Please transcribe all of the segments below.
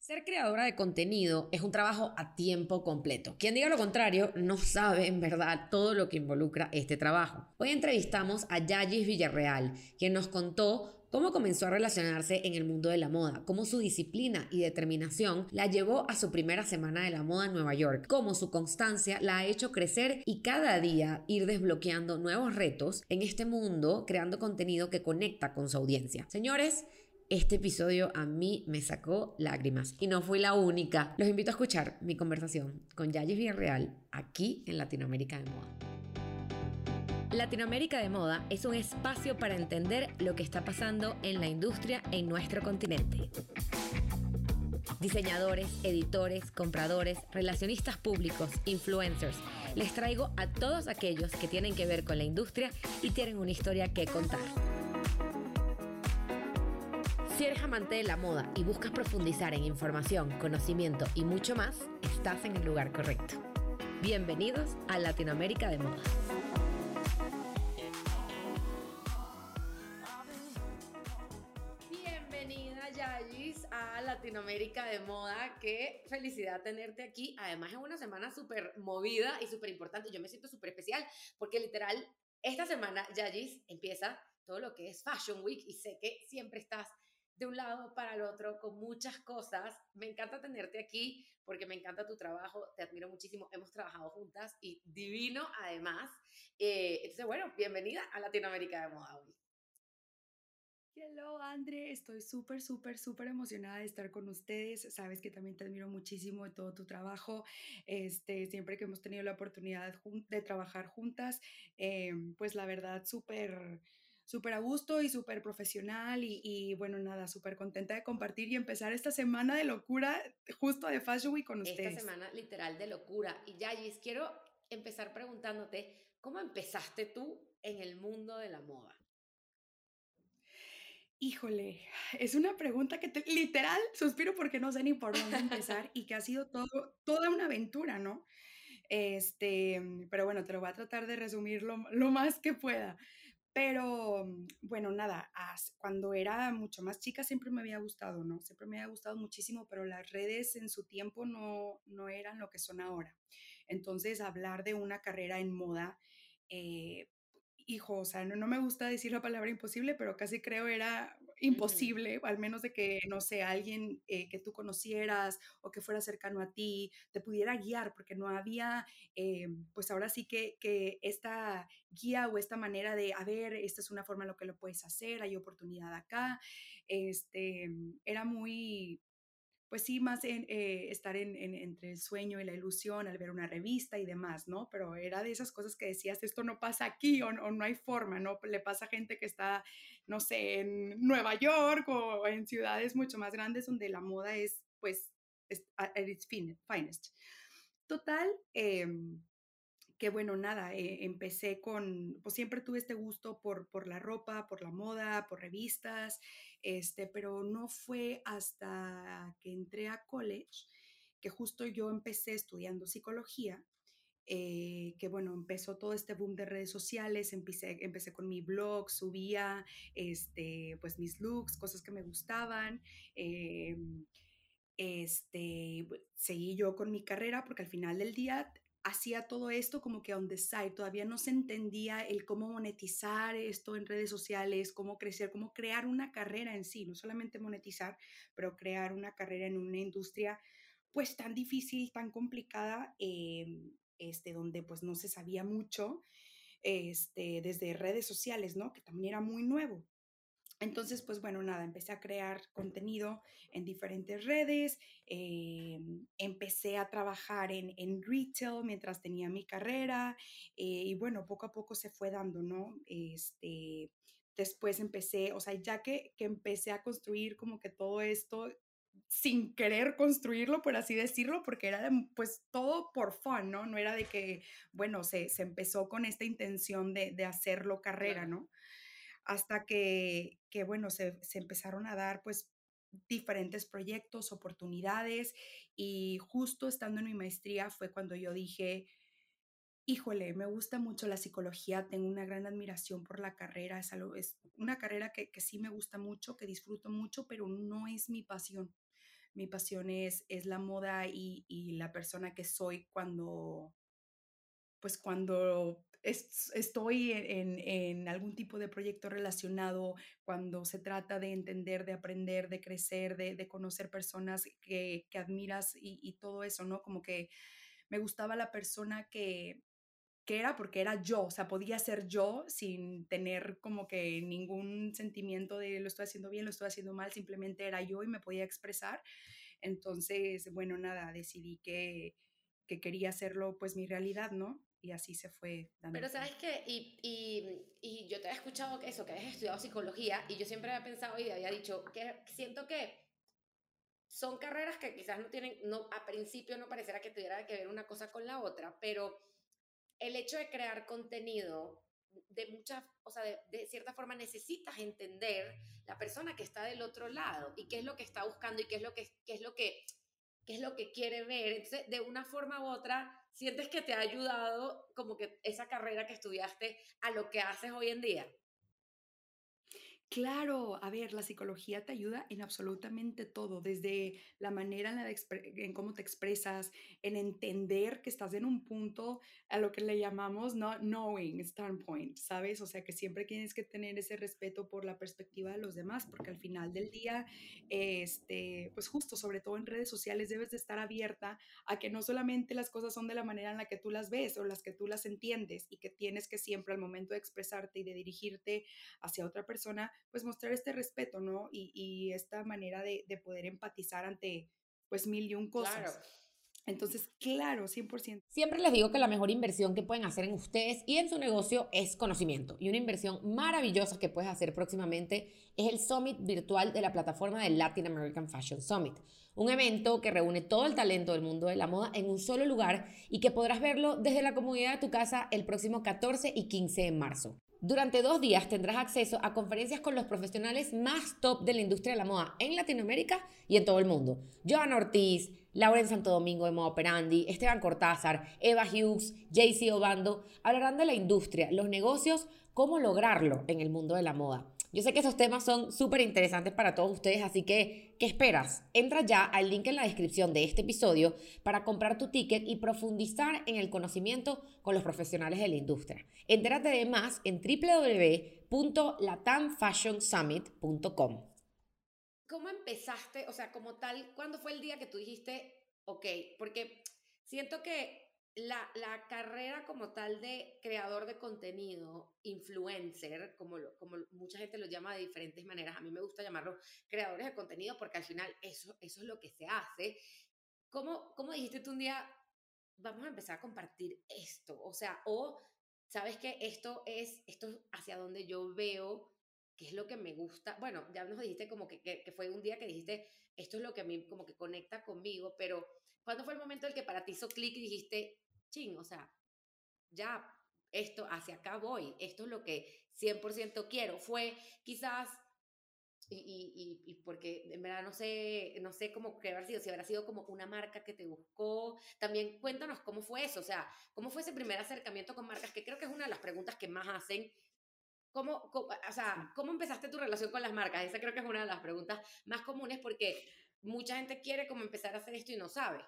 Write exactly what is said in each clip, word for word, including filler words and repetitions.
Ser creadora de contenido es un trabajo a tiempo completo. Quien diga lo contrario no sabe en verdad todo lo que involucra este trabajo. Hoy entrevistamos a Yayis Villarreal, quien nos contó cómo comenzó a relacionarse en el mundo de la moda, cómo su disciplina y determinación la llevó a su primera semana de la moda en Nueva York, cómo su constancia la ha hecho crecer y cada día ir desbloqueando nuevos retos en este mundo, creando contenido que conecta con su audiencia. Señores, este episodio a mí me sacó lágrimas y no fui la única. Los invito a escuchar mi conversación con Yayis Villarreal aquí en Latinoamérica de Moda. Latinoamérica de Moda es un espacio para entender lo que está pasando en la industria en nuestro continente. Diseñadores, editores, compradores, relacionistas públicos, influencers. Les traigo a todos aquellos que tienen que ver con la industria y tienen una historia que contar. Si eres amante de la moda y buscas profundizar en información, conocimiento y mucho más, estás en el lugar correcto. Bienvenidos a Latinoamérica de Moda. Bienvenida, Yayis, a Latinoamérica de Moda. Qué felicidad tenerte aquí. Además, es una semana súper movida y súper importante. Yo me siento súper especial porque literal, esta semana, Yayis, empieza todo lo que es Fashion Week y sé que siempre estás de un lado para el otro con muchas cosas. Me encanta tenerte aquí porque me encanta tu trabajo, te admiro muchísimo, hemos trabajado juntas y divino además. Eh, entonces, bueno, bienvenida a Latinoamérica de Moda hoy. Hello, André, estoy súper, súper, súper emocionada de estar con ustedes. Sabes que también te admiro muchísimo de todo tu trabajo. Este, siempre que hemos tenido la oportunidad jun- de trabajar juntas, eh, pues la verdad, súper, súper a gusto y súper profesional. Y, y bueno, nada, súper contenta de compartir y empezar esta semana de locura justo de Fashion Week con Esta ustedes. semana literal de locura. Y Yayis, quiero empezar preguntándote, ¿cómo empezaste tú en el mundo de la moda? Híjole, es una pregunta que te literal suspiro porque no sé ni por dónde empezar y que ha sido todo toda una aventura, ¿no? Este, pero bueno, te lo voy a tratar de resumir lo lo más que pueda. Pero, mm, bueno, nada, as cuando era mucho más chica siempre me había gustado, ¿no? Siempre me había gustado muchísimo, pero las redes en su tiempo no no eran lo que son ahora. Entonces, hablar de una carrera en moda, eh, hijo, o sea, no no me gusta decir la palabra imposible, pero casi creo era Ujú. imposible, al menos de que, no sé, alguien, eh, que tú conocieras o que fuera cercano a ti, te pudiera guiar, porque no había, eh, pues ahora sí que que esta guía o esta manera de, a ver, esta es una forma en lo que lo puedes hacer, hay oportunidad acá. Este, era muy, pues sí, más en, eh, estar en, en- entre el sueño y la ilusión al ver una revista y demás, ¿no? Pero era de esas cosas que decías, esto no pasa aquí o, o no hay forma, ¿no? Le pasa a gente que está, no sé, en Nueva York o en ciudades mucho más grandes donde la moda es, pues, es, at its fin- finest. Total, em, que bueno, nada, eh, empecé con, pues siempre tuve este gusto por, por la ropa, por la moda, por revistas, este, pero no fue hasta que entré a college que justo yo empecé estudiando psicología, eh, que bueno, empezó todo este boom de redes sociales, empecé, empecé con mi blog, subía este, pues mis looks, cosas que me gustaban, eh, este, seguí yo con mi carrera porque al final del día hacía todo esto como que on the side, todavía no se entendía el cómo monetizar esto en redes sociales, cómo crecer, cómo crear una carrera en sí, no solamente monetizar, pero crear una carrera en una industria pues tan difícil, tan complicada, eh, este, donde pues no se sabía mucho, este, desde redes sociales, ¿no? Que también era muy nuevo. Entonces, pues bueno, nada, empecé a crear contenido en diferentes redes, eh, empecé a trabajar en, en retail mientras tenía mi carrera, eh, y bueno, poco a poco se fue dando, ¿no? Este, después empecé, o sea, ya que, que empecé a construir como que todo esto sin querer construirlo, por así decirlo, porque era de, pues todo por fun, ¿no? No era de que, bueno, se, se empezó con esta intención de, de hacerlo carrera, Claro. ¿no? Hasta que, que bueno, se, se empezaron a dar pues diferentes proyectos, oportunidades y justo estando en mi maestría fue cuando yo dije, híjole, me gusta mucho la psicología, tengo una gran admiración por la carrera, es, algo, es una carrera que, que sí me gusta mucho, que disfruto mucho, pero no es mi pasión. mi pasión es, es la moda y, y la persona que soy cuando, pues cuando es- estoy en, en algún tipo de proyecto relacionado, cuando se trata de entender, de aprender, de crecer, de, de conocer personas que, que admiras y, y todo eso, ¿no? Como que me gustaba la persona que, que era porque era yo, o sea, podía ser yo sin tener como que ningún sentimiento de lo estoy haciendo bien, lo estoy haciendo mal, simplemente era yo y me podía expresar. Entonces, bueno, nada, decidí que, que quería hacerlo pues mi realidad, ¿no? Y así se fue dando Pero todo. sabes qué, y, y, y yo te había escuchado que eso, que habías estudiado psicología, y yo siempre había pensado y había dicho que siento que son carreras que quizás no tienen, no, a principio no pareciera que tuviera que ver una cosa con la otra, pero el hecho de crear contenido, de muchas, o sea, de, de, cierta forma necesitas entender la persona que está del otro lado y qué es lo que está buscando y qué es lo que, qué es lo que, qué es lo que quiere ver. Entonces, de una forma u otra, sientes que te ha ayudado como que esa carrera que estudiaste a lo que haces hoy en día. Claro, a ver, la psicología te ayuda en absolutamente todo, desde la manera en, la de expre- en cómo te expresas, en entender que estás en un punto a lo que le llamamos not knowing standpoint, ¿sabes? O sea, que siempre tienes que tener ese respeto por la perspectiva de los demás, porque al final del día, este, pues justo, sobre todo en redes sociales, debes de estar abierta a que no solamente las cosas son de la manera en la que tú las ves o las que tú las entiendes y que tienes que siempre al momento de expresarte y de dirigirte hacia otra persona, pues mostrar este respeto, ¿no? Y, y esta manera de, de, poder empatizar ante pues mil y un Claro. cosas. Entonces, claro, cien por ciento. Siempre les digo que la mejor inversión que pueden hacer en ustedes y en su negocio es conocimiento. Y una inversión maravillosa que puedes hacer próximamente es el Summit virtual de la plataforma del Latin American Fashion Summit. Un evento que reúne todo el talento del mundo de la moda en un solo lugar y que podrás verlo desde la comodidad de tu casa el próximo catorce y quince de marzo. Durante dos días tendrás acceso a conferencias con los profesionales más top de la industria de la moda en Latinoamérica y en todo el mundo. Joana Ortiz, Lauren Santo Domingo de Moda Operandi, Esteban Cortázar, Eva Hughes, J C Obando hablarán de la industria, los negocios, cómo lograrlo en el mundo de la moda. Yo sé que esos temas son súper interesantes para todos ustedes, así que, ¿qué esperas? Entra ya al link en la descripción de este episodio para comprar tu ticket y profundizar en el conocimiento con los profesionales de la industria. Entérate de más en w w w punto latam fashion summit punto com. ¿Cómo empezaste? O sea, como tal, ¿cuándo fue el día que tú dijiste, ok? Porque siento que la, la carrera como tal de creador de contenido, influencer, como, lo, como mucha gente lo llama de diferentes maneras, a mí me gusta llamarlo creadores de contenido porque al final eso, eso es lo que se hace. ¿Cómo, cómo dijiste tú un día, vamos a empezar a compartir esto? O sea, o sabes que esto es, esto es hacia donde yo veo qué es lo que me gusta. Bueno, ya nos dijiste como que, que, que fue un día que dijiste, esto es lo que a mí como que conecta conmigo, pero ¿cuándo fue el momento en el que para ti hizo clic y dijiste, ching, o sea, ya, esto, hacia acá voy, esto es lo que cien por ciento quiero? Fue quizás y, y, y, porque en verdad no sé, no sé cómo que habrá sido, si habrá sido como una marca que te buscó. También cuéntanos cómo fue eso, o sea, cómo fue ese primer acercamiento con marcas, que creo que es una de las preguntas que más hacen. ¿Cómo, cómo, o sea, Sí. ¿cómo empezaste tu relación con las marcas? Esa creo que es una de las preguntas más comunes porque mucha gente quiere como empezar a hacer esto y no sabe.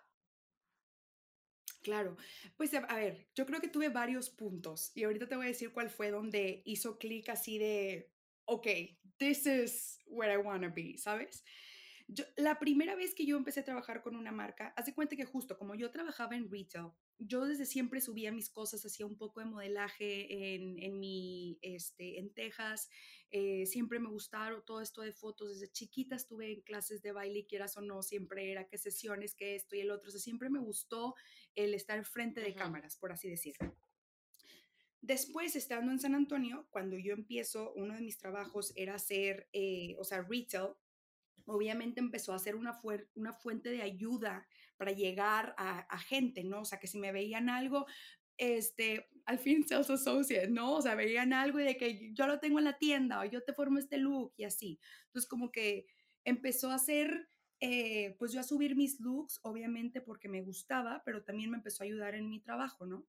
Claro, pues a a ver, yo creo que tuve varios puntos y ahorita te voy a decir cuál fue donde hizo clic así de, ok, this is where I wanna be, ¿sabes? Yo, la primera vez que yo empecé a trabajar con una marca, haz de cuenta que justo como yo trabajaba en retail, yo desde siempre subía mis cosas, hacía un poco de modelaje en, en mi, este, en Texas, eh, siempre me gustaron todo esto de fotos, desde chiquita estuve en clases de baile y quieras o no, siempre era que sesiones, que esto y el otro, o sea, siempre me gustó el estar frente de Ujú. cámaras, por así decirlo. Después, estando en San Antonio, cuando yo empiezo, uno de mis trabajos era hacer, eh, o sea, retail, obviamente empezó a ser una, fuer una fuente de ayuda para llegar a, a, gente, ¿no? O sea, que si me veían algo, este, al fin sales associate, ¿no? O sea, veían algo y de que yo lo tengo en la tienda o yo te formo este look y así. Entonces, como que empezó a hacer, eh, pues yo a subir mis looks, obviamente porque me gustaba, pero también me empezó a ayudar en mi trabajo, ¿no?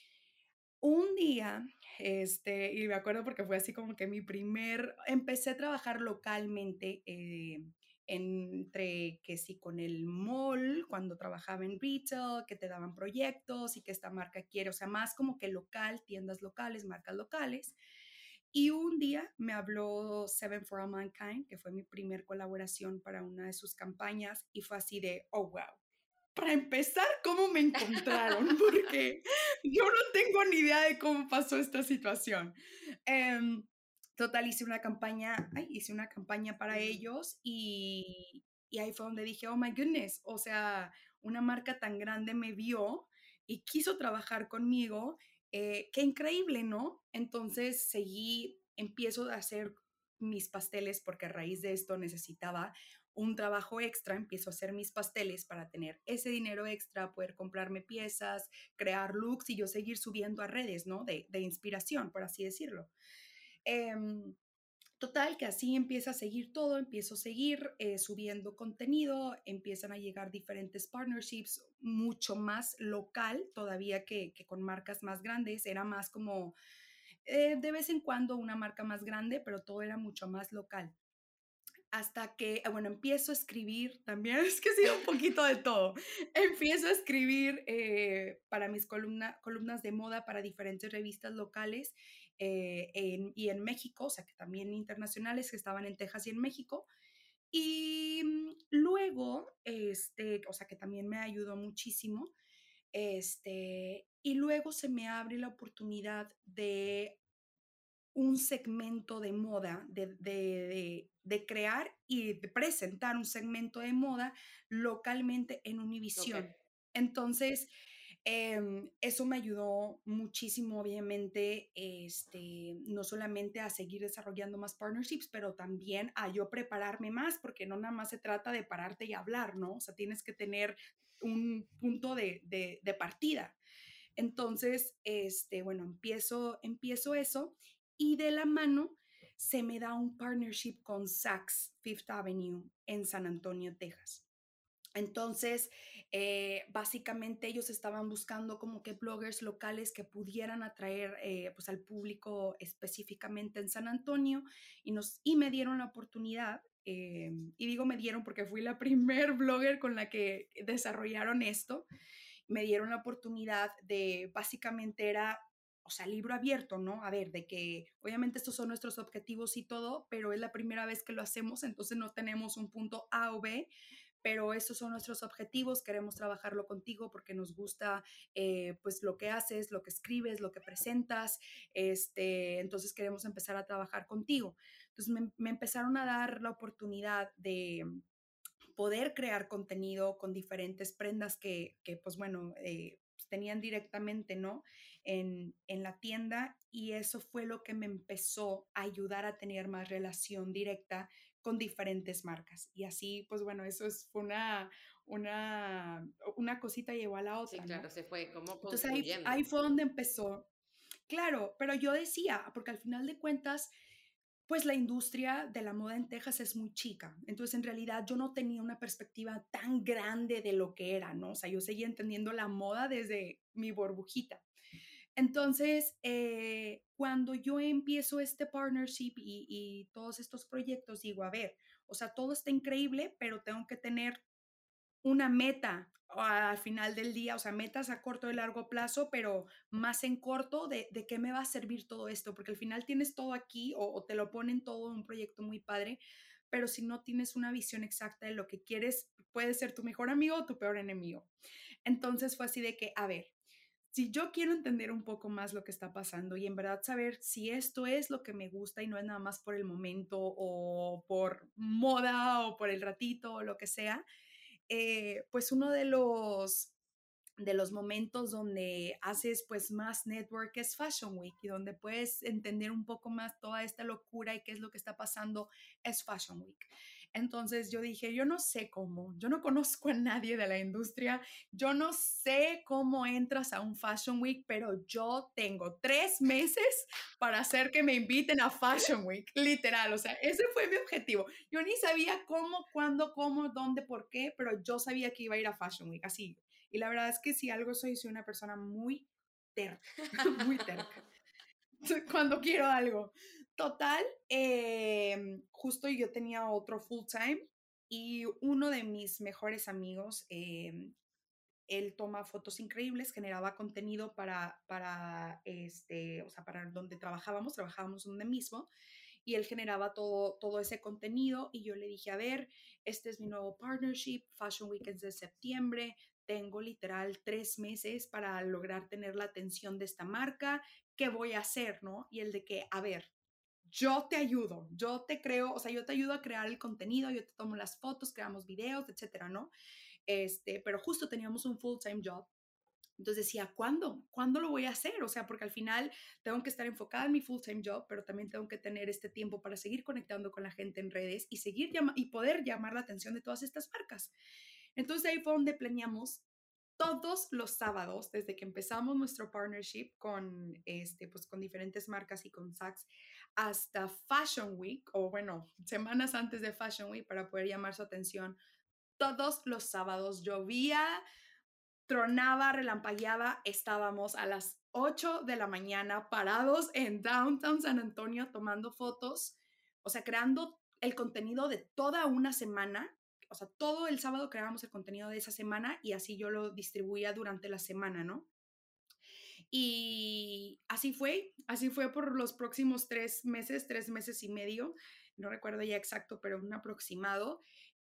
Un día, este, y me acuerdo porque fue así como que mi primer, empecé a trabajar localmente eh, entre que sí con el mall, cuando trabajaba en retail, que te daban proyectos y que esta marca quiere, o sea, más como que local, tiendas locales, marcas locales. Y un día me habló Seven for All Mankind, que fue mi primer colaboración para una de sus campañas, y fue así de, oh, wow. Para empezar, ¿cómo me encontraron? Porque yo no tengo ni idea de cómo pasó esta situación. Em, total, hice una campaña, ay, hice una campaña para Ujú. ellos y, y ahí fue donde dije, oh my goodness, o sea, una marca tan grande me vio y quiso trabajar conmigo, eh, qué increíble, ¿no? Entonces seguí, empiezo a hacer mis pasteles porque a raíz de esto necesitaba un trabajo extra, empiezo a hacer mis pasteles para tener ese dinero extra, poder comprarme piezas, crear looks y yo seguir subiendo a redes, ¿no? De, de inspiración, por así decirlo. Eh, Total, que así empieza a seguir todo, empiezo a seguir eh, subiendo contenido, empiezan a llegar diferentes partnerships, mucho más local todavía que, que con marcas más grandes, era más como eh, de vez en cuando una marca más grande, pero todo era mucho más local hasta que, bueno, empiezo a escribir también, es que ha sido un poquito de todo. Empiezo a escribir eh, para mis columna, columnas de moda para diferentes revistas locales eh, en, y en México, o sea, que también internacionales que estaban en Texas y en México. Y mm, luego, este, o sea, que también me ayudó muchísimo. Este, y luego se me abre la oportunidad de un segmento de moda, de, de, de, de crear y de presentar un segmento de moda localmente en Ok. Univision. Entonces, eh, eso me ayudó muchísimo, obviamente, este, no solamente a seguir desarrollando más partnerships, pero también a yo prepararme más, porque no nada más se trata de pararte y hablar, ¿no? O sea, tienes que tener un punto de, de, de partida. Entonces, este, bueno, empiezo, empiezo eso y de la mano se me da un partnership con Saks Fifth Avenue en San Antonio, Texas. Entonces, eh, básicamente ellos estaban buscando como que bloggers locales que pudieran atraer eh, pues al público específicamente en San Antonio y, nos, y me dieron la oportunidad, eh, y digo me dieron porque fui la primer blogger con la que desarrollaron esto, me dieron la oportunidad de, básicamente era, o sea, libro abierto, ¿no? A ver, de que obviamente estos son nuestros objetivos y todo, pero es la primera vez que lo hacemos, entonces no tenemos un punto A o B, pero estos son nuestros objetivos, queremos trabajarlo contigo porque nos gusta eh, pues lo que haces, lo que escribes, lo que presentas, este, entonces queremos empezar a trabajar contigo. Entonces me, me empezaron a dar la oportunidad de poder crear contenido con diferentes prendas que, que pues bueno, eh, tenían directamente, ¿no? En, en la tienda y eso fue lo que me empezó a ayudar a tener más relación directa con diferentes marcas. Y así, pues bueno, eso es una, una, una cosita llevó a la Sí, otra, claro, ¿no? se fue como Entonces ahí, ahí construyendo. fue donde empezó. Claro, pero yo decía, porque al final de cuentas, pues la industria de la moda en Texas es muy chica. Entonces, en realidad, yo no tenía una perspectiva tan grande de lo que era, ¿no? O sea, yo seguía entendiendo la moda desde mi burbujita. Entonces, eh, cuando yo empiezo este partnership y, y todos estos proyectos, digo, a ver, o sea, todo está increíble, pero tengo que tener una meta al final del día, o sea, metas a corto y largo plazo, pero más en corto de, de qué me va a servir todo esto, porque al final tienes todo aquí o, o te lo ponen todo en un proyecto muy padre, pero si no tienes una visión exacta de lo que quieres, puede ser tu mejor amigo o tu peor enemigo. Entonces fue así de que, a ver, si yo quiero entender un poco más lo que está pasando y en verdad saber si esto es lo que me gusta y no es nada más por el momento o por moda o por el ratito o lo que sea, eh, pues uno de los, de los momentos donde haces pues más network es Fashion Week y donde puedes entender un poco más toda esta locura y qué es lo que está pasando es Fashion Week. Entonces yo dije, yo no sé cómo, yo no conozco a nadie de la industria, yo no sé cómo entras a un Fashion Week, pero yo tengo tres meses para hacer que me inviten a Fashion Week, literal, o sea, ese fue mi objetivo. Yo ni sabía cómo, cuándo, cómo, dónde, por qué, pero yo sabía que iba a ir a Fashion Week, así. Y la verdad es que si algo soy, soy una persona muy terca, muy terca. Cuando quiero algo. Total, eh, justo yo tenía otro full time y uno de mis mejores amigos, eh, él toma fotos increíbles, generaba contenido para, para, este, o sea, para donde trabajábamos, trabajábamos donde mismo, y él generaba todo, todo ese contenido y yo le dije, a ver, este es mi nuevo partnership, Fashion Weekends de septiembre, tengo literal tres meses para lograr tener la atención de esta marca, ¿qué voy a hacer, no? Y el de que, a ver, yo te ayudo, yo te creo, o sea, yo te ayudo a crear el contenido, yo te tomo las fotos, creamos videos, etcétera, ¿no? Este, pero justo teníamos un full-time job. Entonces decía, ¿cuándo? ¿Cuándo lo voy a hacer? O sea, porque al final tengo que estar enfocada en mi full-time job, pero también tengo que tener este tiempo para seguir conectando con la gente en redes y seguir llama y poder llamar la atención de todas estas marcas. Entonces ahí fue donde planeamos todos los sábados, desde que empezamos nuestro partnership con, este, pues, con diferentes marcas y con Saks, hasta Fashion Week, o bueno, semanas antes de Fashion Week para poder llamar su atención. Todos los sábados llovía, tronaba, relampagueaba, estábamos a las ocho de la mañana parados en Downtown San Antonio tomando fotos, o sea, creando el contenido de toda una semana. O sea, todo el sábado creábamos el contenido de esa semana y así yo lo distribuía durante la semana, ¿no? Y así fue, así fue por los próximos tres meses, tres meses y medio, no recuerdo ya exacto, pero un aproximado.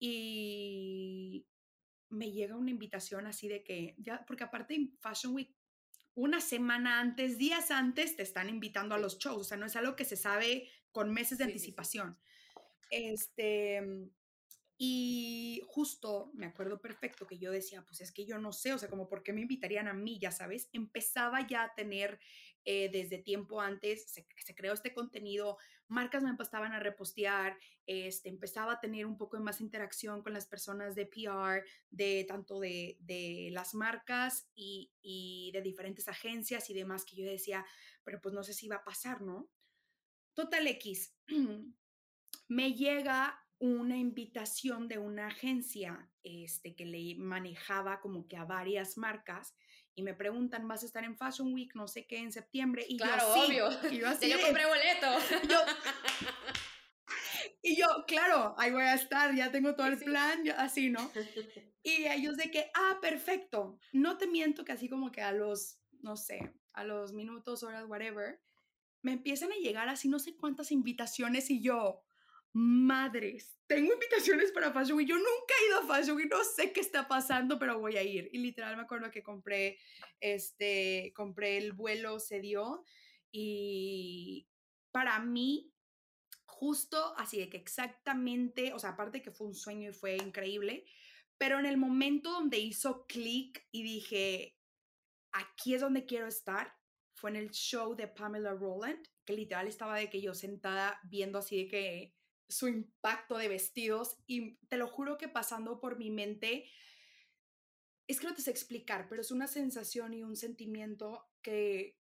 Y me llega una invitación así de que, ya, porque aparte en Fashion Week, una semana antes, días antes, te están invitando a Sí, los shows, o sea, no es algo que se sabe con meses de sí, sí, sí. anticipación. Este, y justo me acuerdo perfecto que yo decía, pues es que yo no sé, o sea, como por qué me invitarían a mí, ya sabes, empezaba ya a tener eh, desde tiempo antes, se, se creó este contenido, marcas me empezaban a repostear, este, empezaba a tener un poco de más interacción con las personas de P R, de tanto de, de las marcas y, y de diferentes agencias y demás, que yo decía, pero pues no sé si va a pasar, ¿no? Total X. Me llega una invitación de una agencia este, que le manejaba como que a varias marcas y me preguntan, ¿vas a estar en Fashion Week, no sé qué, en septiembre? Y yo, Claro, sí. obvio. Y yo Ya así yo de, compré boleto. y yo, y yo, claro, ahí voy a estar, ya tengo todo Sí, el sí. plan, yo, así, ¿no? Y ellos de que, ah, perfecto. No te miento que así como que a los, no sé, a los minutos, horas, whatever, me empiezan a llegar así no sé cuántas invitaciones y yo, madres, tengo invitaciones para Fashion Week. Yo nunca he ido a Fashion Week, no sé qué está pasando, pero voy a ir. Y literal me acuerdo que compré, este, compré el vuelo, se dio. Y para mí, justo así de que exactamente, o sea, aparte que fue un sueño y fue increíble, pero en el momento donde hizo clic y dije, aquí es donde quiero estar, fue en el show de Pamela Roland, que literal estaba de que yo sentada viendo así de que su impacto de vestidos y te lo juro que pasando por mi mente, es que no te sé explicar, pero es una sensación y un sentimiento que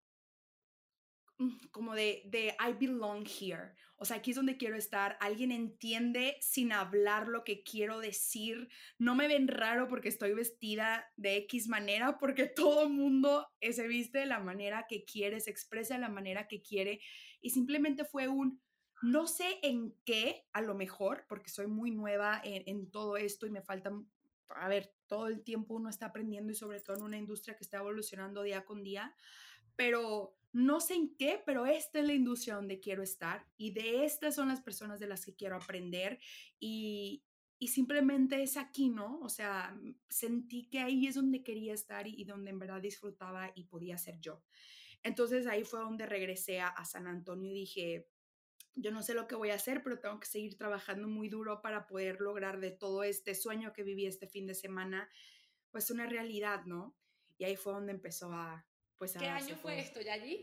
mm, como de, de I belong here. O sea, aquí es donde quiero estar. Alguien entiende sin hablar lo que quiero decir. No me ven raro porque estoy vestida de X manera, porque todo el mundo se viste de la manera que quiere, se expresa de la manera que quiere. Y simplemente fue un, no sé en qué, a lo mejor, porque soy muy nueva en, en todo esto y me falta, a ver, todo el tiempo uno está aprendiendo y sobre todo en una industria que está evolucionando día con día, pero no sé en qué, pero esta es la industria donde quiero estar y de estas son las personas de las que quiero aprender y, y simplemente es aquí, ¿no? O sea, sentí que ahí es donde quería estar y, y donde en verdad disfrutaba y podía ser yo. Entonces ahí fue donde regresé a, a San Antonio y dije, yo no sé lo que voy a hacer, pero tengo que seguir trabajando muy duro para poder lograr de todo este sueño que viví este fin de semana, pues una realidad, ¿no? Y ahí fue donde empezó a, pues a ¿Qué darse año fue todo. esto, Yayis?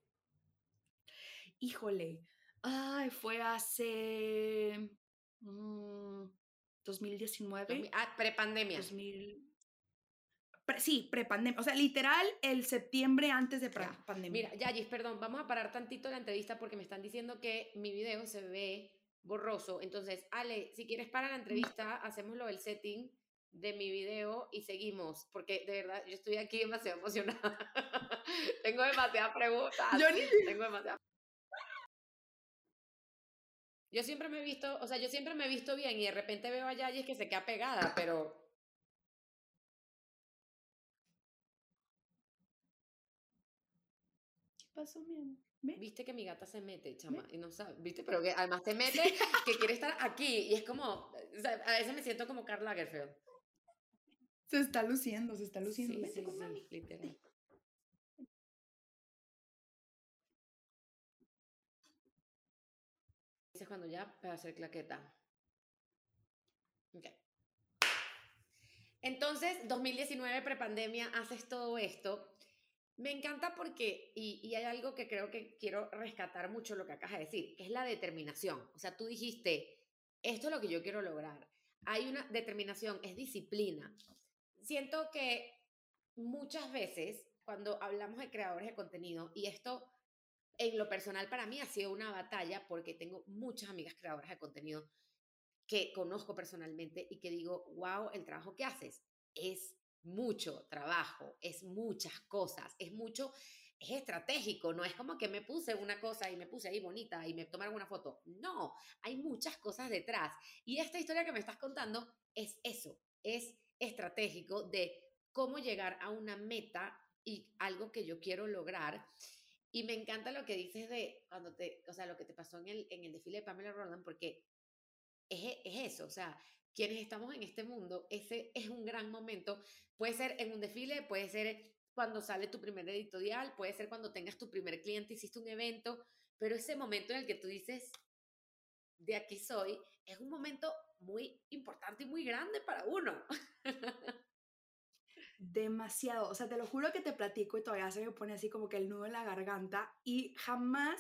Híjole, ay, fue hace mm, dos mil diecinueve, Ah, prepandemia. dos mil, pre, sí, prepandemia, o sea, literal el septiembre antes de Ya. pandemia. Mira, Yayis, perdón, vamos a parar tantito la entrevista porque me están diciendo que mi video se ve borroso. Entonces, Ale, si quieres para la entrevista, hacemos lo del setting de mi video y seguimos, porque de verdad yo estoy aquí demasiado emocionada. Tengo demasiadas preguntas. Yo ni, Tengo demasiadas. Yo siempre me he visto, o sea, yo siempre me he visto bien y de repente veo a Yayis que se queda pegada, pero ¿Qué pasó, mi amor? ¿Ve? viste que mi gata se mete, ¿Ve? chama, y no sabe, viste, pero que además te Sí. mete que quiere estar aquí y es como, o sea, a veces me siento como Karl Lagerfeld. Se está luciendo, se está luciendo. Sí, Vente sí, con sí, mami. literal. Ese es cuando ya para hacer claqueta. Ok. Entonces, dos mil diecinueve, prepandemia, haces todo esto. Me encanta porque, y, y hay algo que creo que quiero rescatar mucho lo que acabas de decir, que es la determinación. O sea, tú dijiste, esto es lo que yo quiero lograr. Hay una determinación, es disciplina. Siento que muchas veces cuando hablamos de creadores de contenido, y esto en lo personal para mí ha sido una batalla porque tengo muchas amigas creadoras de contenido que conozco personalmente y que digo, wow, el trabajo que haces es mucho trabajo, es muchas cosas, es mucho, es estratégico, no es como que me puse una cosa y me puse ahí bonita y me tomaron una foto. No, hay muchas cosas detrás. Y esta historia que me estás contando es eso, es estratégico de cómo llegar a una meta y algo que yo quiero lograr. Y me encanta lo que dices de cuando te, o sea, lo que te pasó en el, en el desfile de Pamela Roland, porque es, e, es eso, o sea, quienes estamos en este mundo, ese es un gran momento. Puede ser en un desfile, puede ser cuando sale tu primer editorial, puede ser cuando tengas tu primer cliente, hiciste un evento, pero ese momento en el que tú dices, de aquí soy, es un momento muy importante y muy grande para uno. Demasiado, o sea, te lo juro que te platico y todavía se me pone así como que el nudo en la garganta y jamás,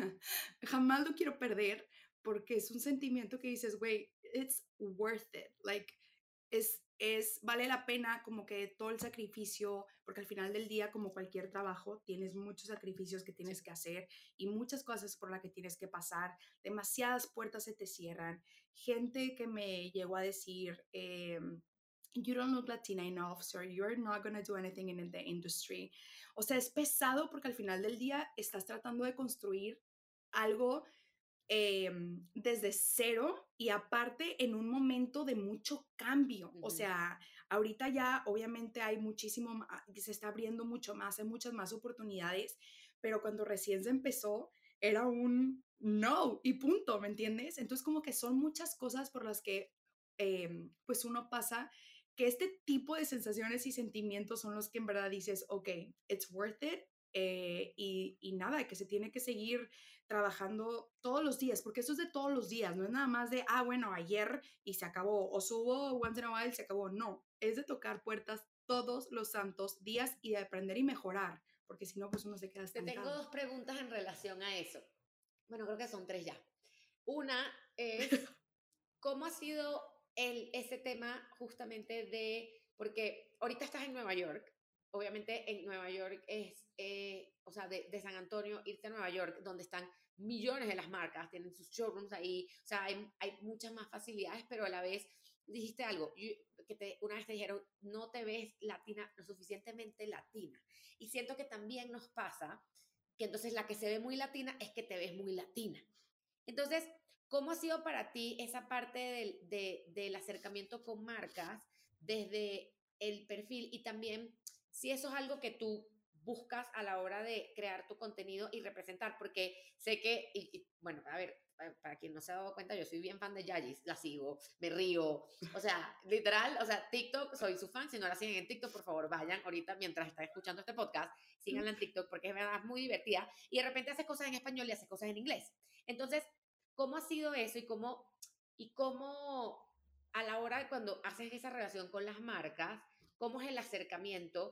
jamás lo quiero perder porque es un sentimiento que dices, güey, it's worth it, like, es, es, vale la pena como que todo el sacrificio, porque al final del día, como cualquier trabajo, tienes muchos sacrificios que tienes Sí. que hacer y muchas cosas por las que tienes que pasar, demasiadas puertas se te cierran, gente que me llegó a decir, eh, you don't look Latina enough, so you're not going to do anything in the industry. O sea, es pesado porque al final del día estás tratando de construir algo eh, desde cero y aparte en un momento de mucho cambio. O Ujú. sea, ahorita ya obviamente hay muchísimo, se está abriendo mucho más, hay muchas más oportunidades, pero cuando recién se empezó era un no y punto, ¿me entiendes? Entonces como que son muchas cosas por las que eh, pues uno pasa que este tipo de sensaciones y sentimientos son los que en verdad dices, ok, it's worth it. Eh, y, y nada, que se tiene que seguir trabajando todos los días, porque eso es de todos los días, no es nada más de, ah, bueno, ayer y se acabó, o subo once in a while y se acabó, no, es de tocar puertas todos los santos días y de aprender y mejorar, porque si no, pues uno se queda Te tengo estancado. dos preguntas en relación a eso. Bueno, creo que son tres ya. Una es, ¿cómo ha sido el, ese tema justamente de, porque ahorita estás en Nueva York, obviamente en Nueva York es, eh, o sea, de, de San Antonio, irte a Nueva York, donde están millones de las marcas, tienen sus showrooms ahí, o sea, hay, hay muchas más facilidades, pero a la vez dijiste algo, yo, que te, una vez te dijeron, no te ves latina, lo suficientemente latina. Y siento que también nos pasa que entonces la que se ve muy latina es que te ves muy latina. Entonces, ¿cómo ha sido para ti esa parte del, de, del acercamiento con marcas desde el perfil y también si eso es algo que tú buscas a la hora de crear tu contenido y representar? Porque sé que, y, y, bueno, a ver, para quien no se ha dado cuenta, yo soy bien fan de Yayis, la sigo, me río, o sea, literal, o sea, TikTok, soy su fan, si no la siguen en TikTok, por favor, vayan ahorita mientras están escuchando este podcast, síganla en TikTok porque es verdad muy divertida y de repente hace cosas en español y hace cosas en inglés. Entonces, ¿cómo ha sido eso y cómo, y cómo a la hora de cuando haces esa relación con las marcas, cómo es el acercamiento?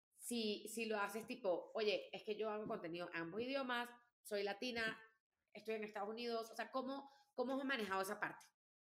Si, si lo haces tipo, oye, es que yo hago contenido en ambos idiomas, soy latina, estoy en Estados Unidos, o sea, ¿cómo, cómo has manejado esa parte?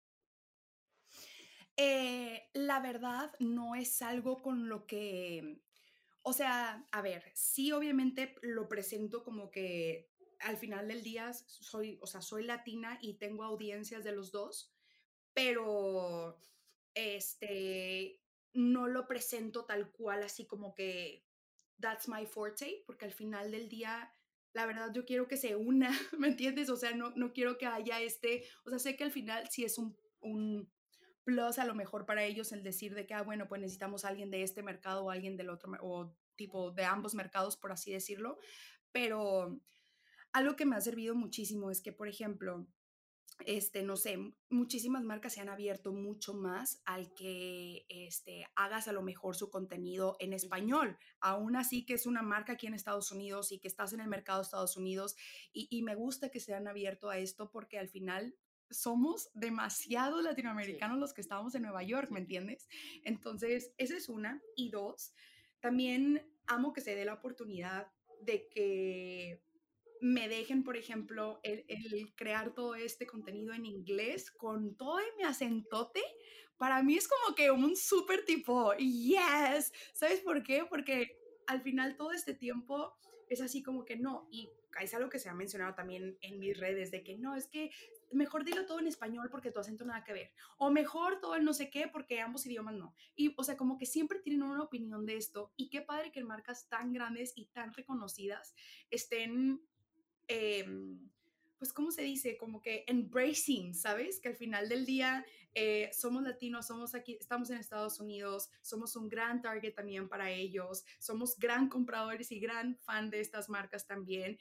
Eh, la verdad no es algo con lo que, o sea, a ver, sí obviamente lo presento como que al final del día soy, o sea, soy latina y tengo audiencias de los dos, pero este, no lo presento tal cual, así como que that's my forte, porque al final del día la verdad yo quiero que se una, ¿me entiendes? O sea, no, no quiero que haya este, o sea, sé que al final sí es un, un plus a lo mejor para ellos el decir de que, ah, bueno, pues necesitamos a alguien de este mercado o alguien del otro, o tipo de ambos mercados, por así decirlo, pero algo que me ha servido muchísimo es que, por ejemplo, este, no sé, muchísimas marcas se han abierto mucho más al que este, hagas a lo mejor su contenido en Ujú. español. Aún así que es una marca aquí en Estados Unidos y que estás en el mercado de Estados Unidos y, y me gusta que se han abierto a esto porque al final somos demasiado Sí, latinoamericanos los que estamos en Nueva York, ¿me sí. entiendes? Entonces, esa es una. Y dos, también amo que se dé la oportunidad de que me dejen, por ejemplo, el, el crear todo este contenido en inglés con todo mi acentote, para mí es como que un súper tipo, yes, ¿sabes por qué? Porque al final todo este tiempo es así como que no, y es algo que se ha mencionado también en mis redes, de que no, es que mejor dilo todo en español porque tu acento nada que ver, o mejor todo el no sé qué porque ambos idiomas no. Y, o sea, como que siempre tienen una opinión de esto, y qué padre que en marcas tan grandes y tan reconocidas estén eh, pues, ¿cómo se dice? Como que embracing, ¿sabes? Que al final del día eh, somos latinos, somos aquí, estamos en Estados Unidos, somos un gran target también para ellos, somos gran compradores y gran fan de estas marcas también,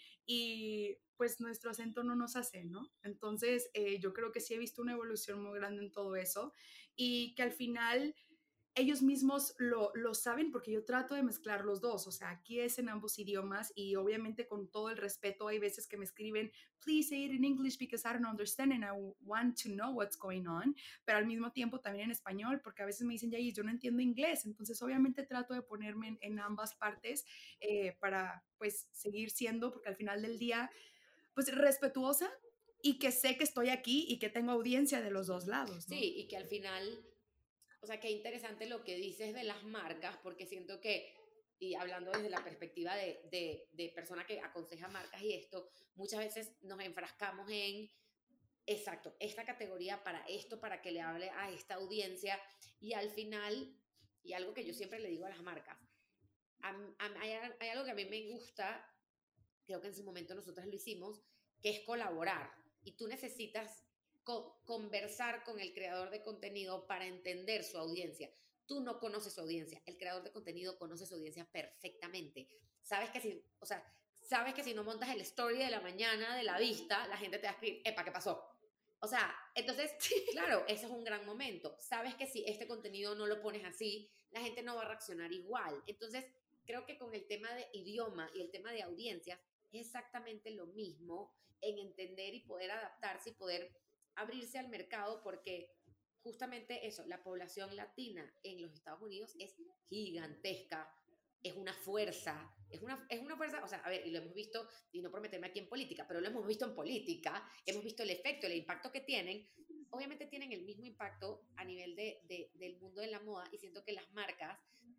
y pues nuestro acento no nos hace, ¿no? Entonces, eh, yo creo que sí he visto una evolución muy grande en todo eso, y que al final ellos mismos lo, lo saben porque yo trato de mezclar los dos, o sea, aquí es en ambos idiomas y obviamente con todo el respeto hay veces que me escriben, please say it in English because I don't understand and I want to know what's going on, pero al mismo tiempo también en español porque a veces me dicen, ya, yo no entiendo inglés, entonces obviamente trato de ponerme en, en ambas partes eh, para pues seguir siendo, porque al final del día, pues respetuosa y que sé que estoy aquí y que tengo audiencia de los dos lados, ¿no? Sí, y que al final, o sea, qué interesante lo que dices de las marcas, porque siento que, y hablando desde la perspectiva de, de, de persona que aconseja marcas y esto, muchas veces nos enfrascamos en, exacto, esta categoría para esto, para que le hable a esta audiencia, y al final, y algo que yo siempre le digo a las marcas, a, a, hay, hay algo que a mí me gusta, creo que en su momento nosotros lo hicimos, que es colaborar. Y tú necesitas co conversar con el creador de contenido para entender su audiencia. Tú no conoces su audiencia, el creador de contenido conoce su audiencia perfectamente. Sabes que si, o sea, sabes que si no montas el story de la mañana de la vista, la gente te va a escribir, epa, ¿qué pasó? O sea, entonces, claro, ese es un gran momento. Sabes que si este contenido no lo pones así, la gente no va a reaccionar igual. Entonces, creo que con el tema de idioma y el tema de audiencias, es exactamente lo mismo en entender y poder adaptarse y poder abrirse al mercado, porque justamente eso, la población latina en los Estados Unidos es gigantesca, es una fuerza, es una, es una fuerza, o sea, a ver, y lo hemos visto, y no por meterme aquí en política, pero lo hemos visto en política, hemos visto el efecto, el impacto que tienen, obviamente tienen el mismo impacto a nivel de, de, del mundo de la moda, y siento que las marcas,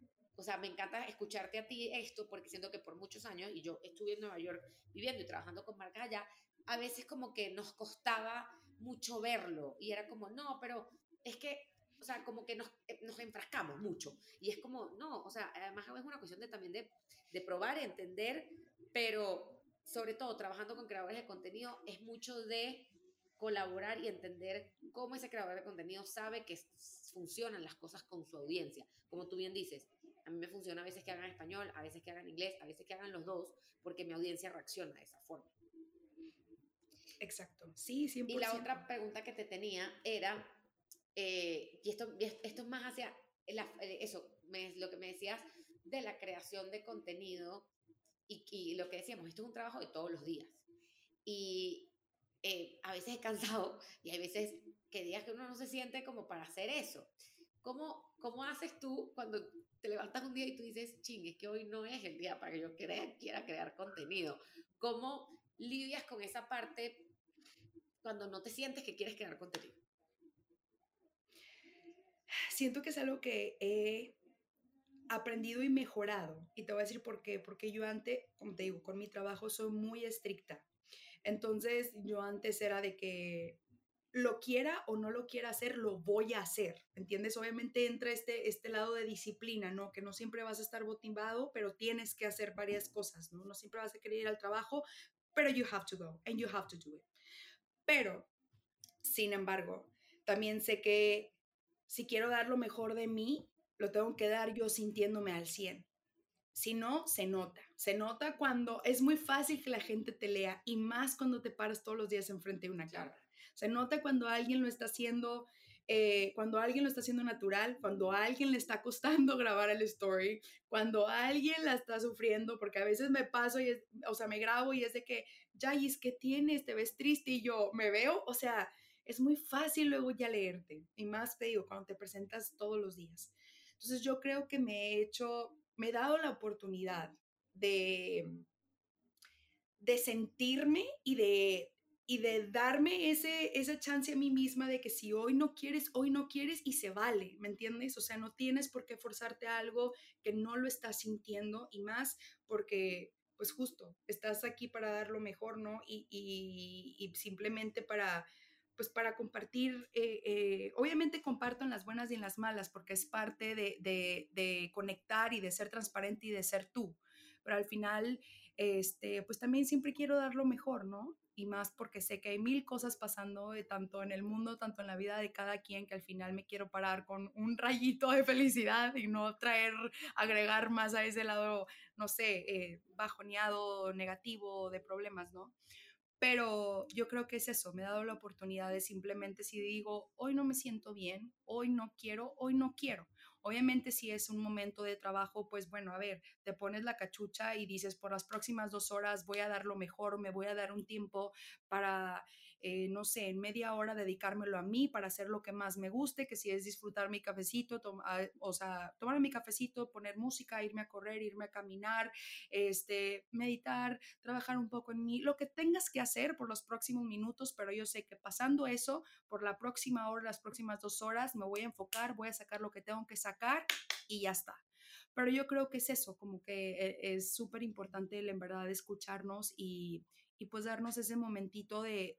o sea, me encanta escucharte a ti esto porque siento que por muchos años, y yo estuve en Nueva York viviendo y trabajando con marcas allá, a veces como que nos costaba mucho verlo y era como, no, pero es que, o sea, como que nos, eh, nos enfrascamos mucho y es como, no, o sea, además es una cuestión de también de, de probar, entender, pero sobre todo trabajando con creadores de contenido es mucho de colaborar y entender cómo ese creador de contenido sabe que funcionan las cosas con su audiencia. Como tú bien dices, a mí me funciona a veces que hagan español, a veces que hagan inglés, a veces que hagan los dos, porque mi audiencia reacciona de esa forma. Exacto, sí, cien Y por la ciento. otra pregunta que te tenía era, eh, y esto, esto es más hacia la, eso, me, lo que me decías de la creación de contenido y, y, lo que decíamos, esto es un trabajo de todos los días. Y eh, a veces es cansado y hay veces que días que uno no se siente como para hacer eso. ¿Cómo, cómo haces tú cuando te levantas un día y tú dices, ching, es que hoy no es el día para que yo quiera, quiera crear contenido? ¿Cómo lidias con esa parte cuando no te sientes que quieres crear contenido? Siento que es algo que he aprendido y mejorado. Y te voy a decir por qué. Porque yo antes, como te digo, con mi trabajo soy muy estricta. Entonces yo antes era de que lo quiera o no lo quiera hacer, lo voy a hacer, ¿entiendes? Obviamente entra este, este lado de disciplina, ¿no? Que no siempre vas a estar motivado, pero tienes que hacer varias cosas, ¿no? No siempre vas a querer ir al trabajo, pero you have to go and you have to do it. Pero, sin embargo, también sé que si quiero dar lo mejor de mí, lo tengo que dar yo sintiéndome al cien. Si no, se nota. Se nota cuando es muy fácil que la gente te lea y más cuando te paras todos los días enfrente de una Claro. cámara. Se nota cuando alguien lo está haciendo, eh, cuando alguien lo está haciendo natural, cuando a alguien le está costando grabar el story, cuando alguien la está sufriendo, porque a veces me paso y, es, o sea, me grabo y es de que, Yayis, ¿qué tienes? ¿Te ves triste? Y yo, ¿me veo? O sea, es muy fácil luego ya leerte. Y más te digo, cuando te presentas todos los días. Entonces yo creo que me he hecho, me he dado la oportunidad de, de sentirme y de, y de darme ese, esa chance a mí misma de que si hoy no quieres, hoy no quieres y se vale, ¿me entiendes? O sea, no tienes por qué forzarte a algo que no lo estás sintiendo y más porque, pues justo, estás aquí para dar lo mejor, ¿no? Y, y, y simplemente para pues para compartir, eh, eh, obviamente comparto en las buenas y en las malas, porque es parte de, de, de conectar y de ser transparente y de ser tú, pero al final este, pues también siempre quiero dar lo mejor, ¿no? Y más porque sé que hay mil cosas pasando, eh, tanto en el mundo, tanto en la vida de cada quien, que al final me quiero parar con un rayito de felicidad y no traer, agregar más a ese lado, no sé, eh, bajoneado, negativo, de problemas, ¿no? Pero yo creo que es eso, me he dado la oportunidad de simplemente si digo, hoy no me siento bien, hoy no quiero, hoy no quiero. Obviamente si es un momento de trabajo, pues bueno, a ver, te pones la cachucha y dices, por las próximas dos horas voy a dar lo mejor, me voy a dar un tiempo para, eh, no sé, en media hora dedicármelo a mí, para hacer lo que más me guste, que si es disfrutar mi cafecito, toma, o sea, tomar mi cafecito, poner música, irme a correr, irme a caminar, este, meditar, trabajar un poco en mí, lo que tengas que hacer por los próximos minutos, pero yo sé que pasando eso, por la próxima hora, las próximas dos horas, me voy a enfocar, voy a sacar lo que tengo que sacar y ya está. Pero yo creo que es eso, como que es súper importante en verdad escucharnos y, y pues darnos ese momentito de,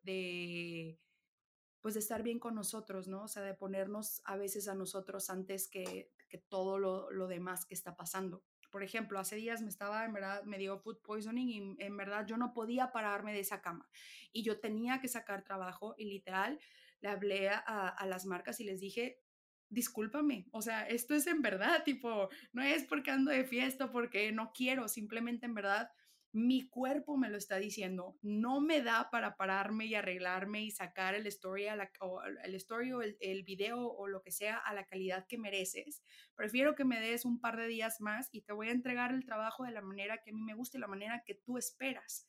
de pues de estar bien con nosotros, ¿no? O sea, de ponernos a veces a nosotros antes que, que todo lo, lo demás que está pasando. Por ejemplo, hace días me estaba, en verdad, me dio food poisoning y en verdad yo no podía pararme de esa cama y yo tenía que sacar trabajo y literal le hablé a, a las marcas y les dije, discúlpame, o sea, esto es en verdad, tipo, no es porque ando de fiesta, porque no quiero, simplemente en verdad mi cuerpo me lo está diciendo, no me da para pararme y arreglarme y sacar el story, a la, o el, story o el, el video o lo que sea a la calidad que mereces. Prefiero que me des un par de días más y te voy a entregar el trabajo de la manera que a mí me gusta y la manera que tú esperas.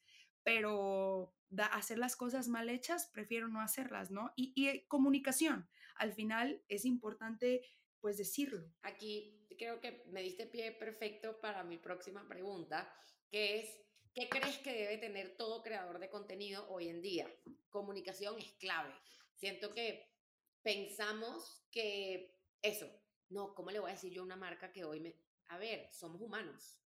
Pero da, hacer las cosas mal hechas, prefiero no hacerlas, ¿no? Y, y comunicación, al final es importante pues decirlo. Aquí creo que me diste pie perfecto para mi próxima pregunta, que es, ¿qué crees que debe tener todo creador de contenido hoy en día? Comunicación es clave. Siento que pensamos que eso, no, ¿cómo le voy a decir yo a una marca que hoy me... A ver, somos humanos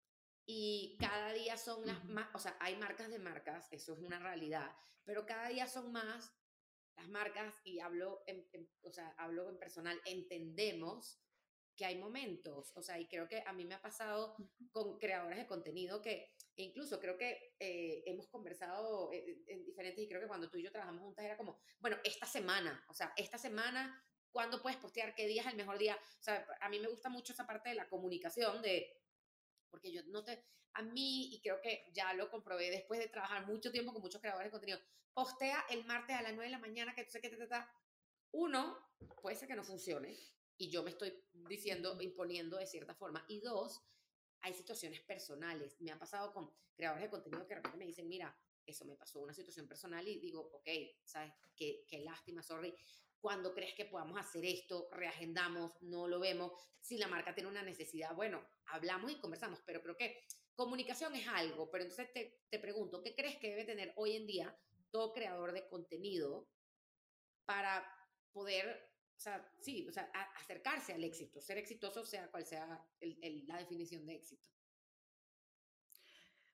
y cada día son las Uh-huh. más, o sea, hay marcas de marcas, eso es una realidad, pero cada día son más las marcas, y hablo en, en, o sea, hablo en personal, entendemos que hay momentos, o sea, y creo que a mí me ha pasado con creadores de contenido que incluso creo que eh, hemos conversado en, en diferentes, y creo que cuando tú y yo trabajamos juntas era como, bueno, esta semana, o sea, esta semana, ¿cuándo puedes postear? ¿Qué día es el mejor día? O sea, a mí me gusta mucho esa parte de la comunicación, de porque yo no te, a mí, y creo que ya lo comprobé después de trabajar mucho tiempo con muchos creadores de contenido, postea el martes a las nueve de la mañana, que tú sé que te, te, te, uno, puede ser que no funcione, y yo me estoy diciendo, imponiendo de cierta forma, y dos, hay situaciones personales, me ha pasado con creadores de contenido que de repente me dicen, mira, eso me pasó una situación personal y digo, ok, ¿sabes? Qué, qué lástima, sorry. ¿Cuándo crees que podamos hacer esto? Reagendamos, no lo vemos. Si la marca tiene una necesidad, bueno, hablamos y conversamos, pero creo que comunicación es algo. Pero entonces te, te pregunto, ¿qué crees que debe tener hoy en día todo creador de contenido para poder, o sea, sí, o sea, a, acercarse al éxito, ser exitoso, sea cual sea el, el, la definición de éxito?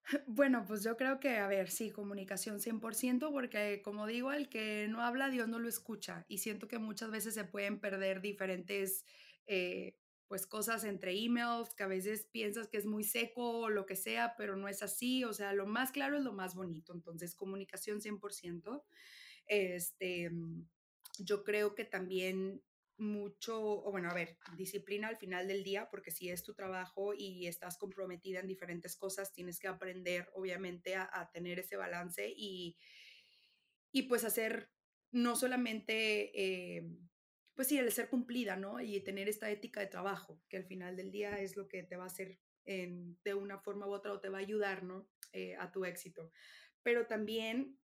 Bueno, pues yo creo que, a ver, sí, comunicación cien por ciento, porque como digo, el que no habla, Dios no lo escucha. Y siento que muchas veces se pueden perder diferentes, eh, pues, cosas entre emails, que a veces piensas que es muy seco o lo que sea, pero no es así. O sea, lo más claro es lo más bonito. Entonces, comunicación cien por ciento. Este, mm, yo creo que también mucho, o bueno, a ver, disciplina al final del día, porque si es tu trabajo y estás comprometida en diferentes cosas, tienes que aprender, obviamente, a, a tener ese balance y, y pues hacer no solamente, eh, pues sí, el ser cumplida, ¿no? Y tener esta ética de trabajo, que al final del día es lo que te va a hacer en- de una forma u otra o te va a ayudar, ¿no? Eh, a tu éxito. Pero también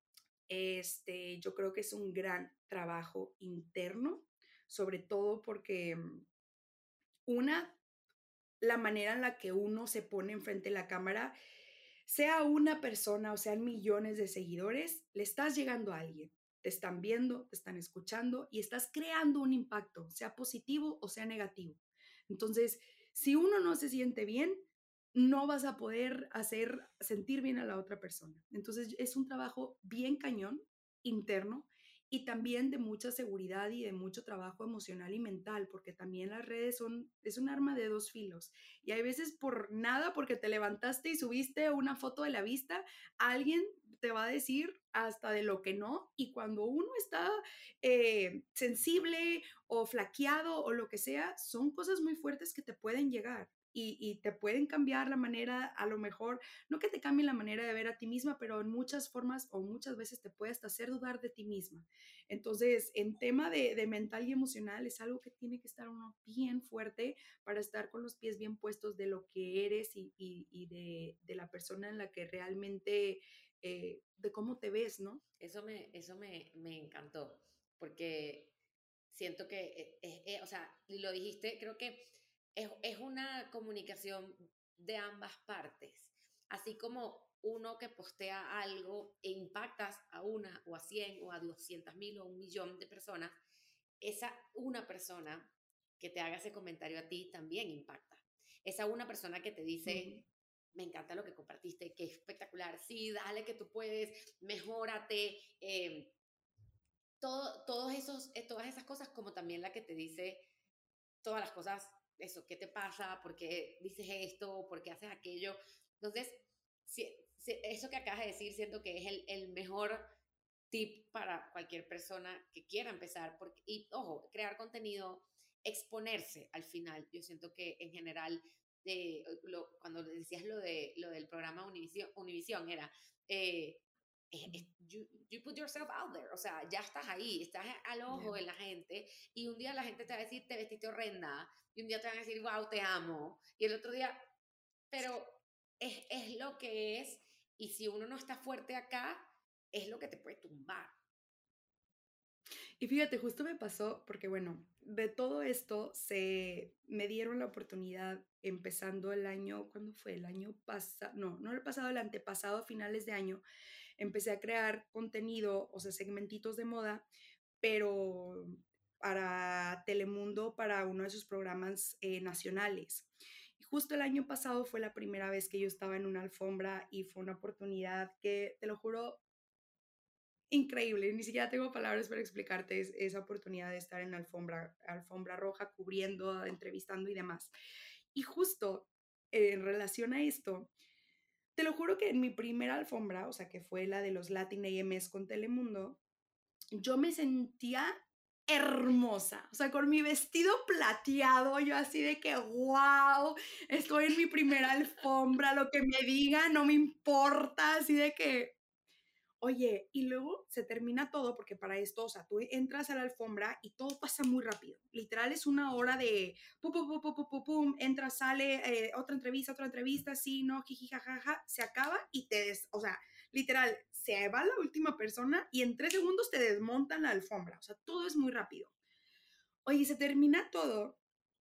este, yo creo que es un gran trabajo interno, sobre todo porque mm, una, la manera en la que uno se pone enfrente de la cámara, sea una persona o sean millones de seguidores, le estás llegando a alguien. Te están viendo, te están escuchando y estás creando un impacto, sea positivo o sea negativo. Entonces, si uno no se siente bien, no vas a poder hacer sentir bien a la otra persona. Entonces, es un trabajo bien cañón, interno, y también de mucha seguridad y de mucho trabajo emocional y mental, porque también las redes son, es un arma de dos filos. Y hay veces por nada, porque te levantaste y subiste una foto de la vista, alguien te va a decir hasta de lo que no. Y cuando uno está eh, sensible o flaqueado o lo que sea, son cosas muy fuertes que te pueden llegar. Y, y te pueden cambiar la manera, a lo mejor, no que te cambie la manera de ver a ti misma, pero en muchas formas o muchas veces te puede hasta hacer dudar de ti misma. Entonces, en tema de, de mental y emocional, es algo que tiene que estar uno bien fuerte para estar con los pies bien puestos de lo que eres y, y, y de, de, la persona en la que realmente, eh, de cómo te ves, ¿no? Eso me, eso me, me encantó, porque siento que, es, es- o sea, lo dijiste, creo que es, es una comunicación de ambas partes. Así como uno que postea algo e impactas a una o a cien o a doscientas mil o un millón de personas, esa una persona que te haga ese comentario a ti también impacta. Esa una persona que te Uh -huh. dice, me encanta lo que compartiste, qué espectacular, sí, dale que tú puedes, mejórate, eh, todo, todos esos, eh, todas esas cosas, como también la que te dice todas las cosas, eso, ¿qué te pasa? ¿Por qué dices esto? ¿Por qué haces aquello? Entonces, si, si, eso que acabas de decir, siento que es el, el mejor tip para cualquier persona que quiera empezar. Porque, y ojo, crear contenido, exponerse al final. Yo siento que en general, eh, lo, cuando decías lo, de, lo del programa Univision, Univision era... Eh, you, you put yourself out there, o sea, ya estás ahí, estás al Yeah. ojo de la gente y un día la gente te va a decir, te vestiste horrenda, y un día te van a decir, wow, te amo, y el otro día, pero es, es lo que es, y si uno no está fuerte acá, es lo que te puede tumbar. Y fíjate, justo me pasó porque, bueno, de todo esto se me dieron la oportunidad empezando el año, ¿cuándo fue? El año pasado, no, no el pasado, el antepasado, a finales de año, empecé a crear contenido, o sea, segmentitos de moda, pero para Telemundo, para uno de sus programas eh, nacionales. Y justo el año pasado fue la primera vez que yo estaba en una alfombra y fue una oportunidad que, te lo juro, increíble, ni siquiera tengo palabras para explicarte es, esa oportunidad de estar en alfombra, alfombra roja, cubriendo, entrevistando y demás. Y justo eh, en relación a esto, te lo juro que en mi primera alfombra, o sea, que fue la de los Latin A M S con Telemundo, yo me sentía hermosa, o sea, con mi vestido plateado, yo así de que, wow, estoy en mi primera alfombra, lo que me digan, no me importa, así de que oye, y luego se termina todo, porque para esto, o sea, tú entras a la alfombra y todo pasa muy rápido. Literal es una hora de pum, pum, pum, pum, pum, pum, pum, entra, sale, eh, otra entrevista, otra entrevista, sí, no, jiji, jajaja, se acaba y te des, o sea, literal, se va la última persona y en tres segundos te desmontan la alfombra. O sea, todo es muy rápido. Oye, se termina todo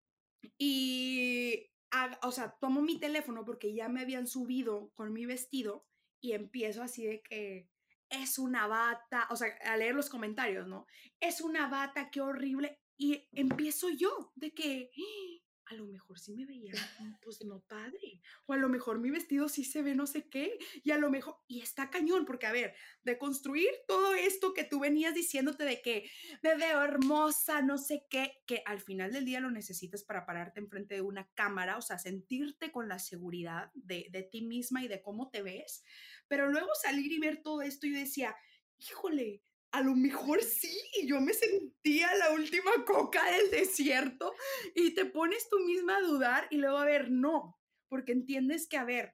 y, a, o sea, tomo mi teléfono porque ya me habían subido con mi vestido y empiezo así de que es una bata, o sea, a leer los comentarios, ¿no? Es una bata, qué horrible. Y empiezo yo de que a lo mejor sí me veía, mm, pues no padre, o a lo mejor mi vestido sí se ve no sé qué, y a lo mejor, y está cañón, porque a ver, de construir todo esto que tú venías diciéndote de que me veo hermosa, no sé qué, que al final del día lo necesitas para pararte enfrente de una cámara, o sea, sentirte con la seguridad de, de ti misma y de cómo te ves, pero luego salir y ver todo esto, yo decía, híjole, a lo mejor sí, yo me sentía la última coca del desierto y te pones tú misma a dudar y luego a ver, no, porque entiendes que, a ver,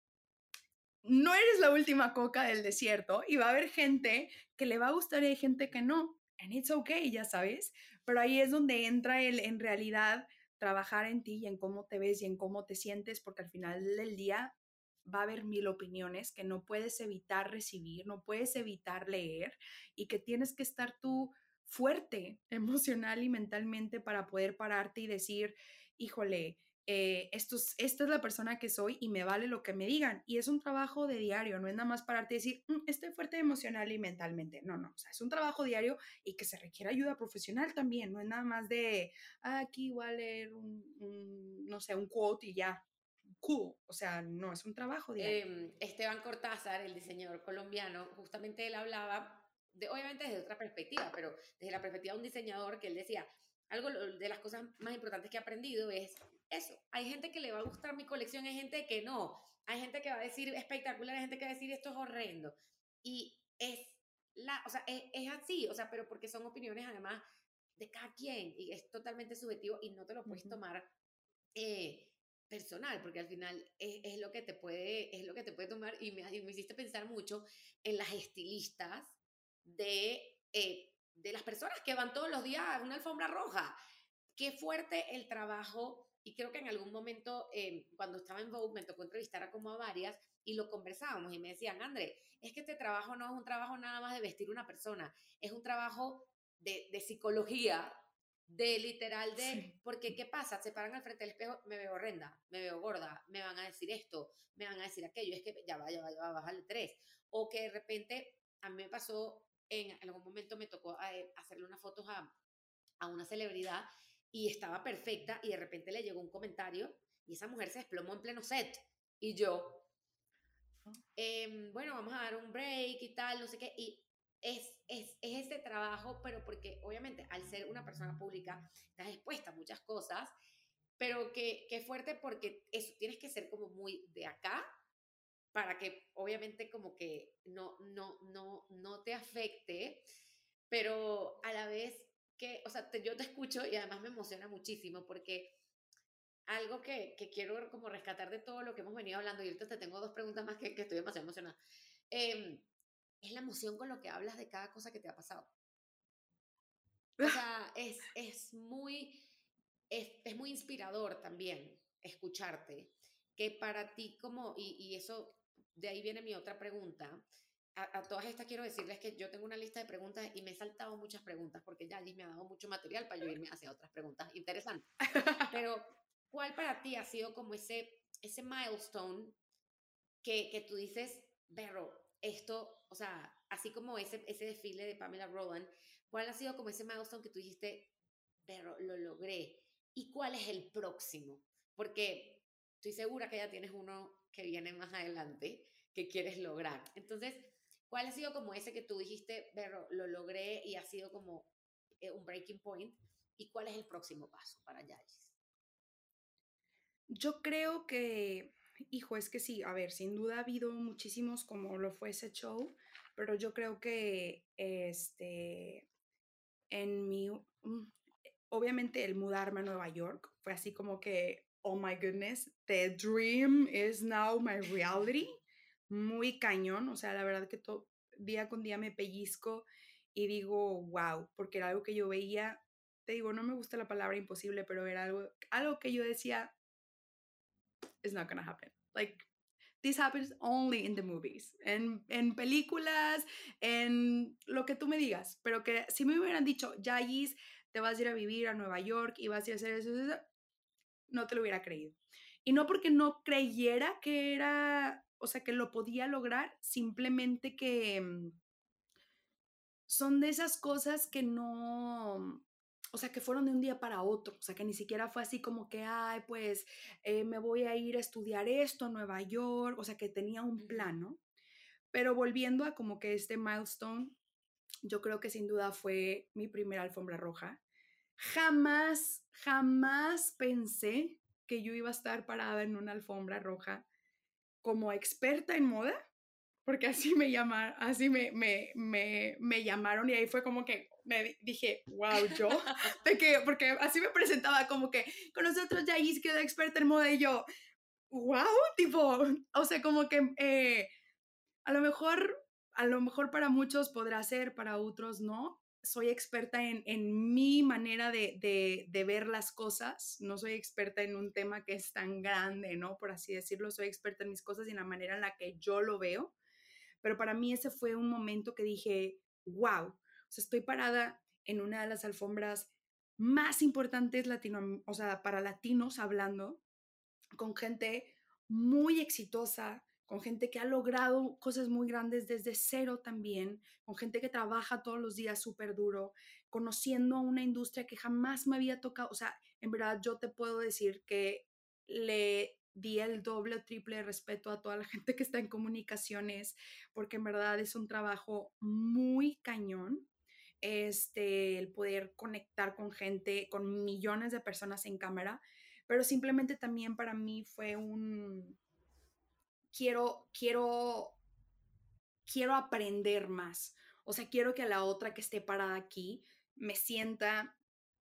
no eres la última coca del desierto y va a haber gente que le va a gustar y hay gente que no. And it's okay, ya sabes. Pero ahí es donde entra el, en realidad, trabajar en ti y en cómo te ves y en cómo te sientes, porque al final del día va a haber mil opiniones que no puedes evitar recibir, no puedes evitar leer y que tienes que estar tú fuerte emocional y mentalmente para poder pararte y decir, híjole, eh, esto es, esta es la persona que soy y me vale lo que me digan. Y es un trabajo de diario, no es nada más pararte y decir, "Mm, estoy fuerte emocional y mentalmente". No, no, o sea, es un trabajo diario y que se requiere ayuda profesional también, no es nada más de, ah, aquí igual leer un, un, no sé, un quote y ya, cool. O sea, no, es un trabajo diario. eh, Esteban Cortázar, el diseñador colombiano, justamente él hablaba, de, obviamente desde otra perspectiva, pero desde la perspectiva de un diseñador, que él decía, algo de las cosas más importantes que he aprendido es eso. Hay gente que le va a gustar mi colección, hay gente que no. Hay gente que va a decir espectacular, hay gente que va a decir esto es horrendo. Y es, la, o sea, es, es así, o sea, pero porque son opiniones además de cada quien y es totalmente subjetivo y no te lo puedes Ujú. tomar eh, personal, porque al final es, es, lo que te puede, es lo que te puede tomar y me, y me hiciste pensar mucho en las estilistas de, eh, de las personas que van todos los días a una alfombra roja. Qué fuerte el trabajo y creo que en algún momento eh, cuando estaba en Vogue me tocó entrevistar a como a varias y lo conversábamos y me decían, André, es que este trabajo no es un trabajo nada más de vestir una persona, es un trabajo de, de psicología, de literal Sí. de, porque ¿qué pasa? Se paran al frente del espejo, me veo horrenda, me veo gorda, me van a decir esto, me van a decir aquello, es que ya va, ya va, ya va, bájale tres. O que de repente, a mí me pasó, en algún momento me tocó eh, hacerle unas fotos a, a una celebridad y estaba perfecta y de repente le llegó un comentario y esa mujer se desplomó en pleno set. Y yo, eh, bueno, vamos a dar un break y tal, no sé qué. Y es, es, es ese trabajo, pero porque obviamente al ser una persona pública estás expuesta a muchas cosas, pero que, que fuerte porque eso tienes que ser como muy de acá para que obviamente como que no, no, no, no te afecte, pero a la vez que, o sea, te, yo te escucho y además me emociona muchísimo porque algo que, que quiero como rescatar de todo lo que hemos venido hablando, y ahorita te tengo dos preguntas más que, que estoy demasiado emocionada, eh, es la emoción con lo que hablas de cada cosa que te ha pasado. O sea, es, es muy, es, es muy inspirador también escucharte, que para ti como, y, y eso, de ahí viene mi otra pregunta, a, a, todas estas quiero decirles que yo tengo una lista de preguntas y me he saltado muchas preguntas porque ya Liz me ha dado mucho material para yo irme hacia otras preguntas interesantes. Pero, ¿cuál para ti ha sido como ese, ese milestone que, que tú dices, Berro, esto, o sea, así como ese, ese desfile de Pamela Roland, ¿cuál ha sido como ese milestone que tú dijiste, Berro, lo logré? ¿Y cuál es el próximo? Porque estoy segura que ya tienes uno que viene más adelante que quieres lograr. Entonces, ¿cuál ha sido como ese que tú dijiste, Berro, lo logré y ha sido como eh, un breaking point? ¿Y cuál es el próximo paso para Yayis? Yo creo que, hijo, es que sí, a ver, sin duda ha habido muchísimos como lo fue ese show, pero yo creo que este, en mi, mm, obviamente el mudarme a Nueva York fue así como que, oh my goodness, the dream is now my reality, muy cañón, o sea, la verdad que to, día con día me pellizco y digo, wow, porque era algo que yo veía, te digo, no me gusta la palabra imposible, pero era algo, algo que yo decía, it's not gonna happen. Like, this happens only in the movies, en, en películas, en lo que tú me digas, pero que si me hubieran dicho, Yayis, te vas a ir a vivir a Nueva York y vas a ir a hacer eso, eso, no te lo hubiera creído. Y no porque no creyera que era, o sea, que lo podía lograr, simplemente que mm, son de esas cosas que no, o sea, que fueron de un día para otro, o sea, que ni siquiera fue así como que, ay, pues eh, me voy a ir a estudiar esto a Nueva York, o sea, que tenía un Ujú. plan, ¿no? Pero volviendo a como que este milestone, yo creo que sin duda fue mi primera alfombra roja. Jamás, jamás pensé que yo iba a estar parada en una alfombra roja como experta en moda, porque así me llamaron, así me, me, me, me llamaron y ahí fue como que me dije, wow, yo, de que, porque así me presentaba como que con nosotros ya Is quedó experta en moda y yo, wow, tipo, o sea, como que eh, a lo mejor, a lo mejor para muchos podrá ser, para otros no. Soy experta en, en mi manera de, de, de, ver las cosas, no soy experta en un tema que es tan grande, ¿no? Por así decirlo, soy experta en mis cosas y en la manera en la que yo lo veo, pero para mí ese fue un momento que dije, wow, o sea, estoy parada en una de las alfombras más importantes latino, o sea, para latinos hablando, con gente muy exitosa, con gente que ha logrado cosas muy grandes desde cero también, con gente que trabaja todos los días súper duro, conociendo una industria que jamás me había tocado. O sea, en verdad yo te puedo decir que le di el doble o triple respeto a toda la gente que está en comunicaciones, porque en verdad es un trabajo muy cañón. Este, el poder conectar con gente, con millones de personas en cámara, pero simplemente también para mí fue un, quiero, quiero, quiero aprender más. O sea, quiero que a la otra que esté parada aquí me sienta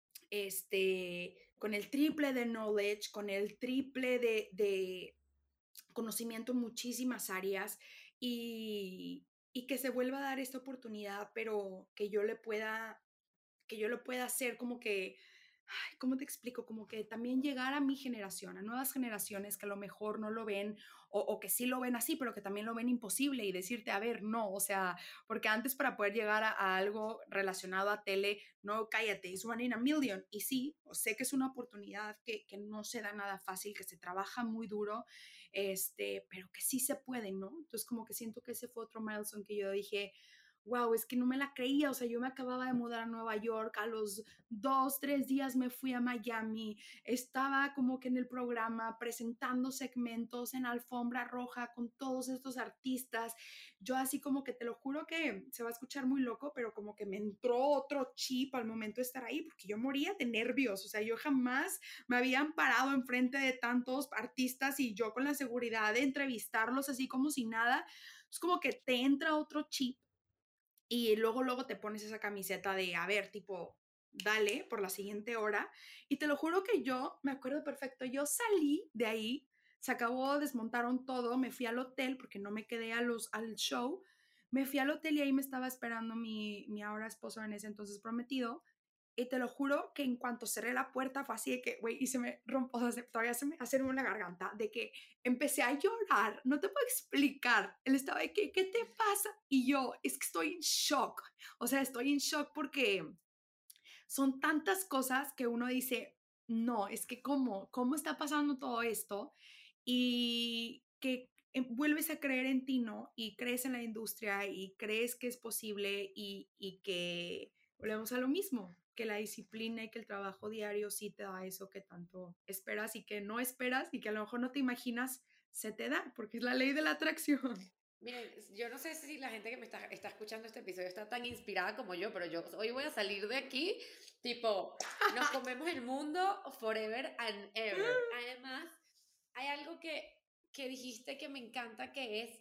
este, con el triple de knowledge, con el triple de, de conocimiento en muchísimas áreas y, y que se vuelva a dar esta oportunidad, pero que yo le pueda, que yo lo pueda hacer como que, ay, ¿cómo te explico? Como que también llegar a mi generación, a nuevas generaciones que a lo mejor no lo ven o, o que sí lo ven así, pero que también lo ven imposible y decirte, a ver, no, o sea, porque antes para poder llegar a, a algo relacionado a tele, no, cállate, it's one in a million. Y sí, sé que es una oportunidad que, que no se da nada fácil, que se trabaja muy duro, este, pero que sí se puede, ¿no? Entonces como que siento que ese fue otro milestone que yo dije, wow, es que no me la creía, o sea, yo me acababa de mudar a Nueva York, a los dos, tres días me fui a Miami, estaba como que en el programa presentando segmentos en alfombra roja con todos estos artistas, yo así como que te lo juro que se va a escuchar muy loco, pero como que me entró otro chip al momento de estar ahí, porque yo moría de nervios, o sea, yo jamás me habían parado enfrente de tantos artistas y yo con la seguridad de entrevistarlos así como si nada, es como que te entra otro chip y luego, luego te pones esa camiseta de, a ver, tipo, dale por la siguiente hora. Y te lo juro que yo, me acuerdo perfecto, yo salí de ahí, se acabó, desmontaron todo, me fui al hotel porque no me quedé a los, al show, me fui al hotel y ahí me estaba esperando mi, mi ahora esposo en ese entonces prometido. Y te lo juro que en cuanto cerré la puerta fue así de que, güey, y se me rompió, o sea, todavía se me hace una garganta, de que empecé a llorar, no te puedo explicar. Él estaba de que, ¿qué te pasa? Y yo, es que estoy en shock, o sea, estoy en shock porque son tantas cosas que uno dice, no, es que cómo, cómo está pasando todo esto y que eh, vuelves a creer en ti, ¿no? Y crees en la industria y crees que es posible y, y que volvemos a lo mismo, que la disciplina y que el trabajo diario sí te da eso que tanto esperas y que no esperas y que a lo mejor no te imaginas se te da, porque es la ley de la atracción. Miren, yo no sé si la gente que me está, está escuchando este episodio está tan inspirada como yo, pero yo hoy voy a salir de aquí, tipo, nos comemos el mundo forever and ever. Además, hay algo que, que dijiste que me encanta, que es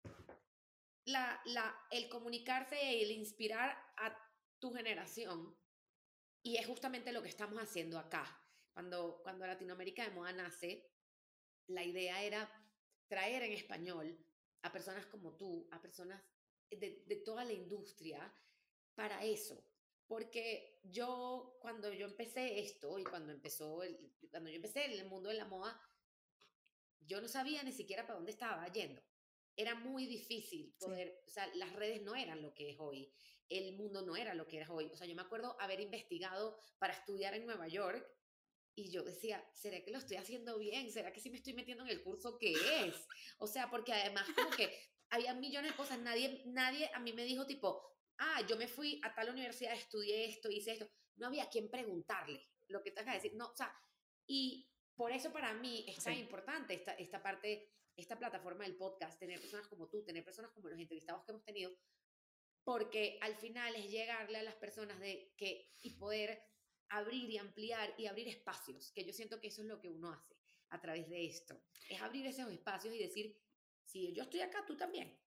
la, la, el comunicarse y el inspirar a tu generación. Y es justamente lo que estamos haciendo acá. Cuando, cuando Latinoamérica de Moda nace, la idea era traer en español a personas como tú, a personas de, de toda la industria para eso. Porque yo, cuando yo empecé esto y cuando empezó el, cuando yo empecé en el mundo de la moda, yo no sabía ni siquiera para dónde estaba yendo. Era muy difícil Sí, poder, o sea, las redes no eran lo que es hoy, el mundo no era lo que era hoy. O sea, yo me acuerdo haber investigado para estudiar en Nueva York y yo decía, ¿será que lo estoy haciendo bien? ¿Será que sí me estoy metiendo en el curso que es? O sea, porque además como que había millones de cosas, nadie, nadie a mí me dijo tipo, ah, yo me fui a tal universidad, estudié esto, hice esto. no había a quien preguntarle lo que te vas a decir, no, o sea, y por eso para mí es tan Sí. importante esta, esta parte, esta plataforma del podcast, tener personas como tú, tener personas como los entrevistados que hemos tenido, porque al final es llegarle a las personas de que, y poder abrir y ampliar y abrir espacios, que yo siento que eso es lo que uno hace a través de esto, es abrir esos espacios y decir, si yo estoy acá, tú también.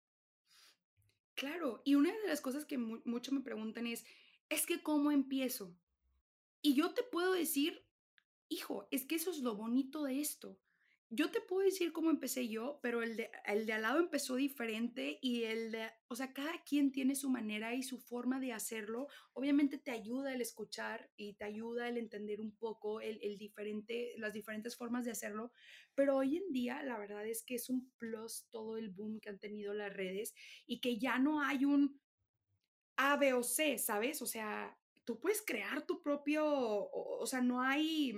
Claro, y una de las cosas que mu mucho me preguntan es, es que ¿cómo empiezo? Y yo te puedo decir, hijo, es que eso es lo bonito de esto. Yo te puedo decir cómo empecé yo, pero el de, el de al lado empezó diferente y el de, o sea, cada quien tiene su manera y su forma de hacerlo. Obviamente te ayuda el escuchar y te ayuda el entender un poco el, el diferente, las diferentes formas de hacerlo, pero hoy en día la verdad es que es un plus todo el boom que han tenido las redes y que ya no hay un A, B o C, ¿sabes? O sea, tú puedes crear tu propio, o, o sea, no hay,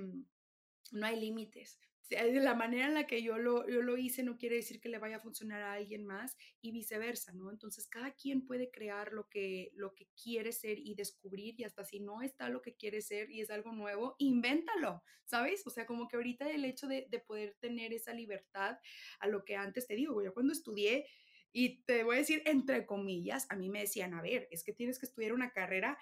no hay límites. O sea, de la manera en la que yo lo, yo lo hice no quiere decir que le vaya a funcionar a alguien más y viceversa, ¿no? Entonces, cada quien puede crear lo que, lo que quiere ser y descubrir y hasta si no está lo que quiere ser y es algo nuevo, invéntalo, ¿sabes? O sea, como que ahorita el hecho de, de poder tener esa libertad a lo que antes te digo, yo cuando estudié, y te voy a decir, entre comillas, a mí me decían, a ver, es que tienes que estudiar una carrera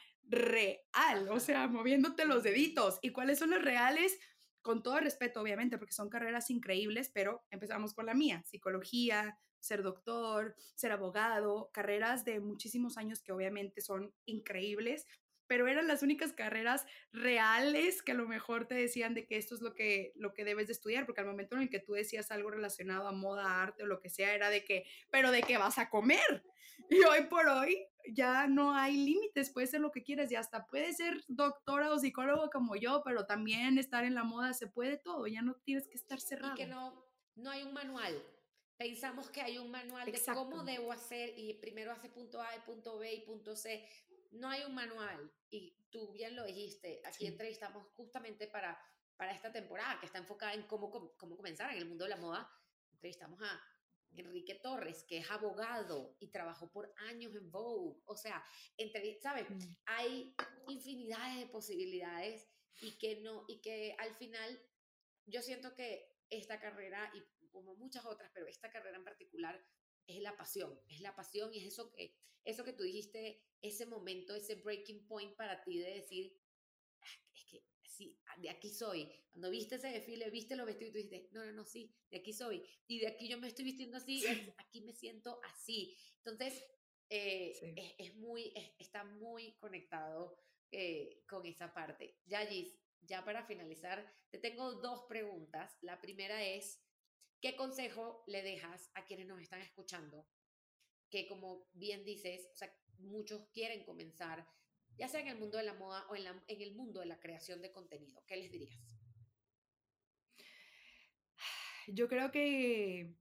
real, o Ajá. sea, moviéndote los Ujú. deditos. ¿Y cuáles son las reales? Con todo respeto, obviamente, porque son carreras increíbles, pero empezamos con la mía, psicología, ser doctor, ser abogado, carreras de muchísimos años que obviamente son increíbles, pero eran las únicas carreras reales que a lo mejor te decían de que esto es lo que, lo que debes de estudiar, porque al momento en el que tú decías algo relacionado a moda, arte o lo que sea, era de que, pero ¿de qué vas a comer? Y hoy por hoy ya no hay límites, puedes ser lo que quieras y hasta puedes ser doctora o psicólogo como yo, pero también estar en la moda se puede todo, ya no tienes que estar Y que cerrado. no, no hay un manual. Pensamos que hay un manual de Exacto. cómo debo hacer y primero hace punto A, y punto B y punto C. No hay un manual. Y tú bien lo dijiste, aquí Sí. entrevistamos justamente para, para esta temporada que está enfocada en cómo, cómo comenzar en el mundo de la moda. Entrevistamos a Enrique Torres, que es abogado y trabajó por años en Vogue. O sea, entre, ¿sabes? Mm. Hay infinidades de posibilidades y que, no, y que al final yo siento que esta carrera, y como muchas otras, pero esta carrera en particular, es la pasión, es la pasión y es eso que, eso que tú dijiste, ese momento, ese breaking point para ti de decir, "Ah, es que sí, de aquí soy". Cuando viste ese desfile, viste los vestidos y tú dijiste, no, no, no, sí, de aquí soy. Y de aquí yo me estoy vistiendo así, es, Sí. aquí me siento así. Entonces, eh, Sí. es, es muy, es, está muy conectado eh, con esa parte. Yagis, ya para finalizar, te tengo dos preguntas. La primera es, ¿qué consejo le dejas a quienes nos están escuchando? Que como bien dices, o sea, muchos quieren comenzar, ya sea en el mundo de la moda o en, la, en el mundo de la creación de contenido. ¿Qué les dirías? Yo creo que,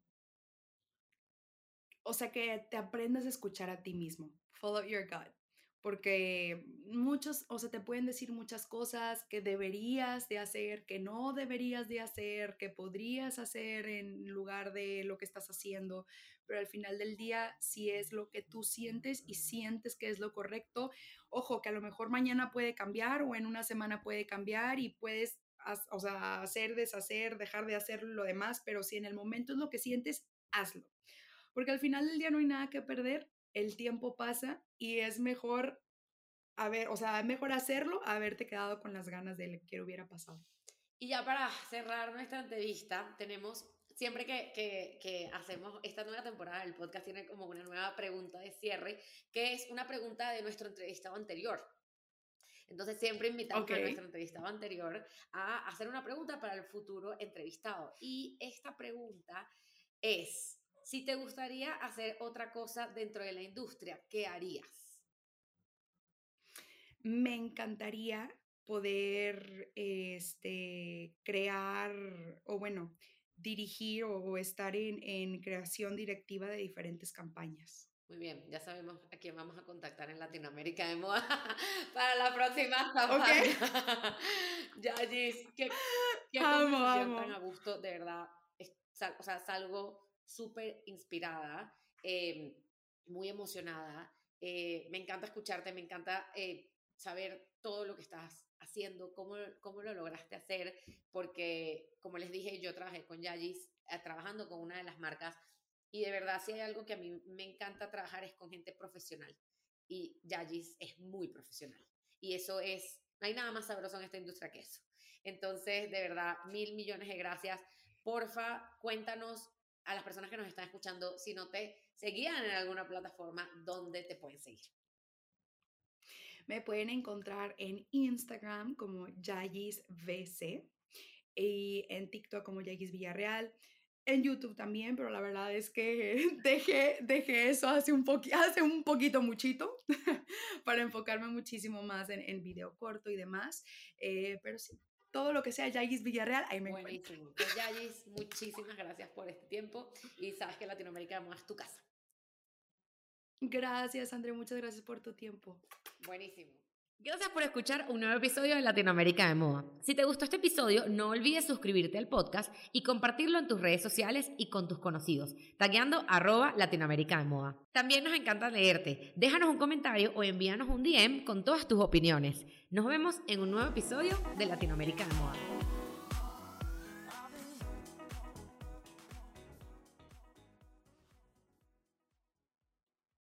o sea, que te aprendas a escuchar a ti mismo. Follow your gut. Porque muchos, o sea, te pueden decir muchas cosas que deberías de hacer, que no deberías de hacer, que podrías hacer en lugar de lo que estás haciendo, pero al final del día, si es lo que tú sientes y sientes que es lo correcto, ojo, que a lo mejor mañana puede cambiar o en una semana puede cambiar y puedes, o sea, hacer, deshacer, dejar de hacer lo demás, pero si en el momento es lo que sientes, hazlo. Porque al final del día no hay nada que perder, el tiempo pasa y es mejor, a ver, o sea, es mejor hacerlo a haberte quedado con las ganas de lo que hubiera pasado. Y ya para cerrar nuestra entrevista, tenemos, siempre que, que, que hacemos esta nueva temporada del podcast, tiene como una nueva pregunta de cierre, que es una pregunta de nuestro entrevistado anterior. Entonces siempre invitamos Ok. a nuestro entrevistado anterior a hacer una pregunta para el futuro entrevistado. Y esta pregunta es, si te gustaría hacer otra cosa dentro de la industria, ¿qué harías? Me encantaría poder este, crear o bueno, dirigir o, o estar en, en creación directiva de diferentes campañas. Muy bien, ya sabemos a quién vamos a contactar en Latinoamérica de moda para la próxima Ok. campaña. Ya, Gis, qué, qué Amo, conversación tan a amo. gusto, de verdad. Es- sal- o sea, salgo súper inspirada, eh, muy emocionada. Eh, me encanta escucharte, me encanta eh, saber todo lo que estás haciendo, cómo, cómo lo lograste hacer, porque como les dije, yo trabajé con Yagis, eh, trabajando con una de las marcas, y de verdad si hay algo que a mí me encanta trabajar es con gente profesional, y Yagis es muy profesional, y eso es, no hay nada más sabroso en esta industria que eso. Entonces, de verdad, mil millones de gracias. Porfa, cuéntanos a las personas que nos están escuchando, si no te seguían en alguna plataforma, ¿dónde te pueden seguir? Me pueden encontrar en Instagram como YagisVC y en TikTok como Yagis Villarreal, en YouTube también, pero la verdad es que dejé, dejé eso hace un, poqui, hace un poquito muchito para enfocarme muchísimo más en, en video corto y demás, eh, pero sí, todo lo que sea Yagis Villarreal, ahí me encuentro. Buenísimo. Pues Yagis, muchísimas gracias por este tiempo y sabes que Latinoamérica de Moda es tu casa. Gracias, André, muchas gracias por tu tiempo. Buenísimo. Gracias por escuchar un nuevo episodio de Latinoamérica de Moda. Si te gustó este episodio, no olvides suscribirte al podcast y compartirlo en tus redes sociales y con tus conocidos, tagueando arroba Latinoamérica de Moda. También nos encanta leerte. Déjanos un comentario o envíanos un D M con todas tus opiniones. Nos vemos en un nuevo episodio de Latinoamérica de Moda.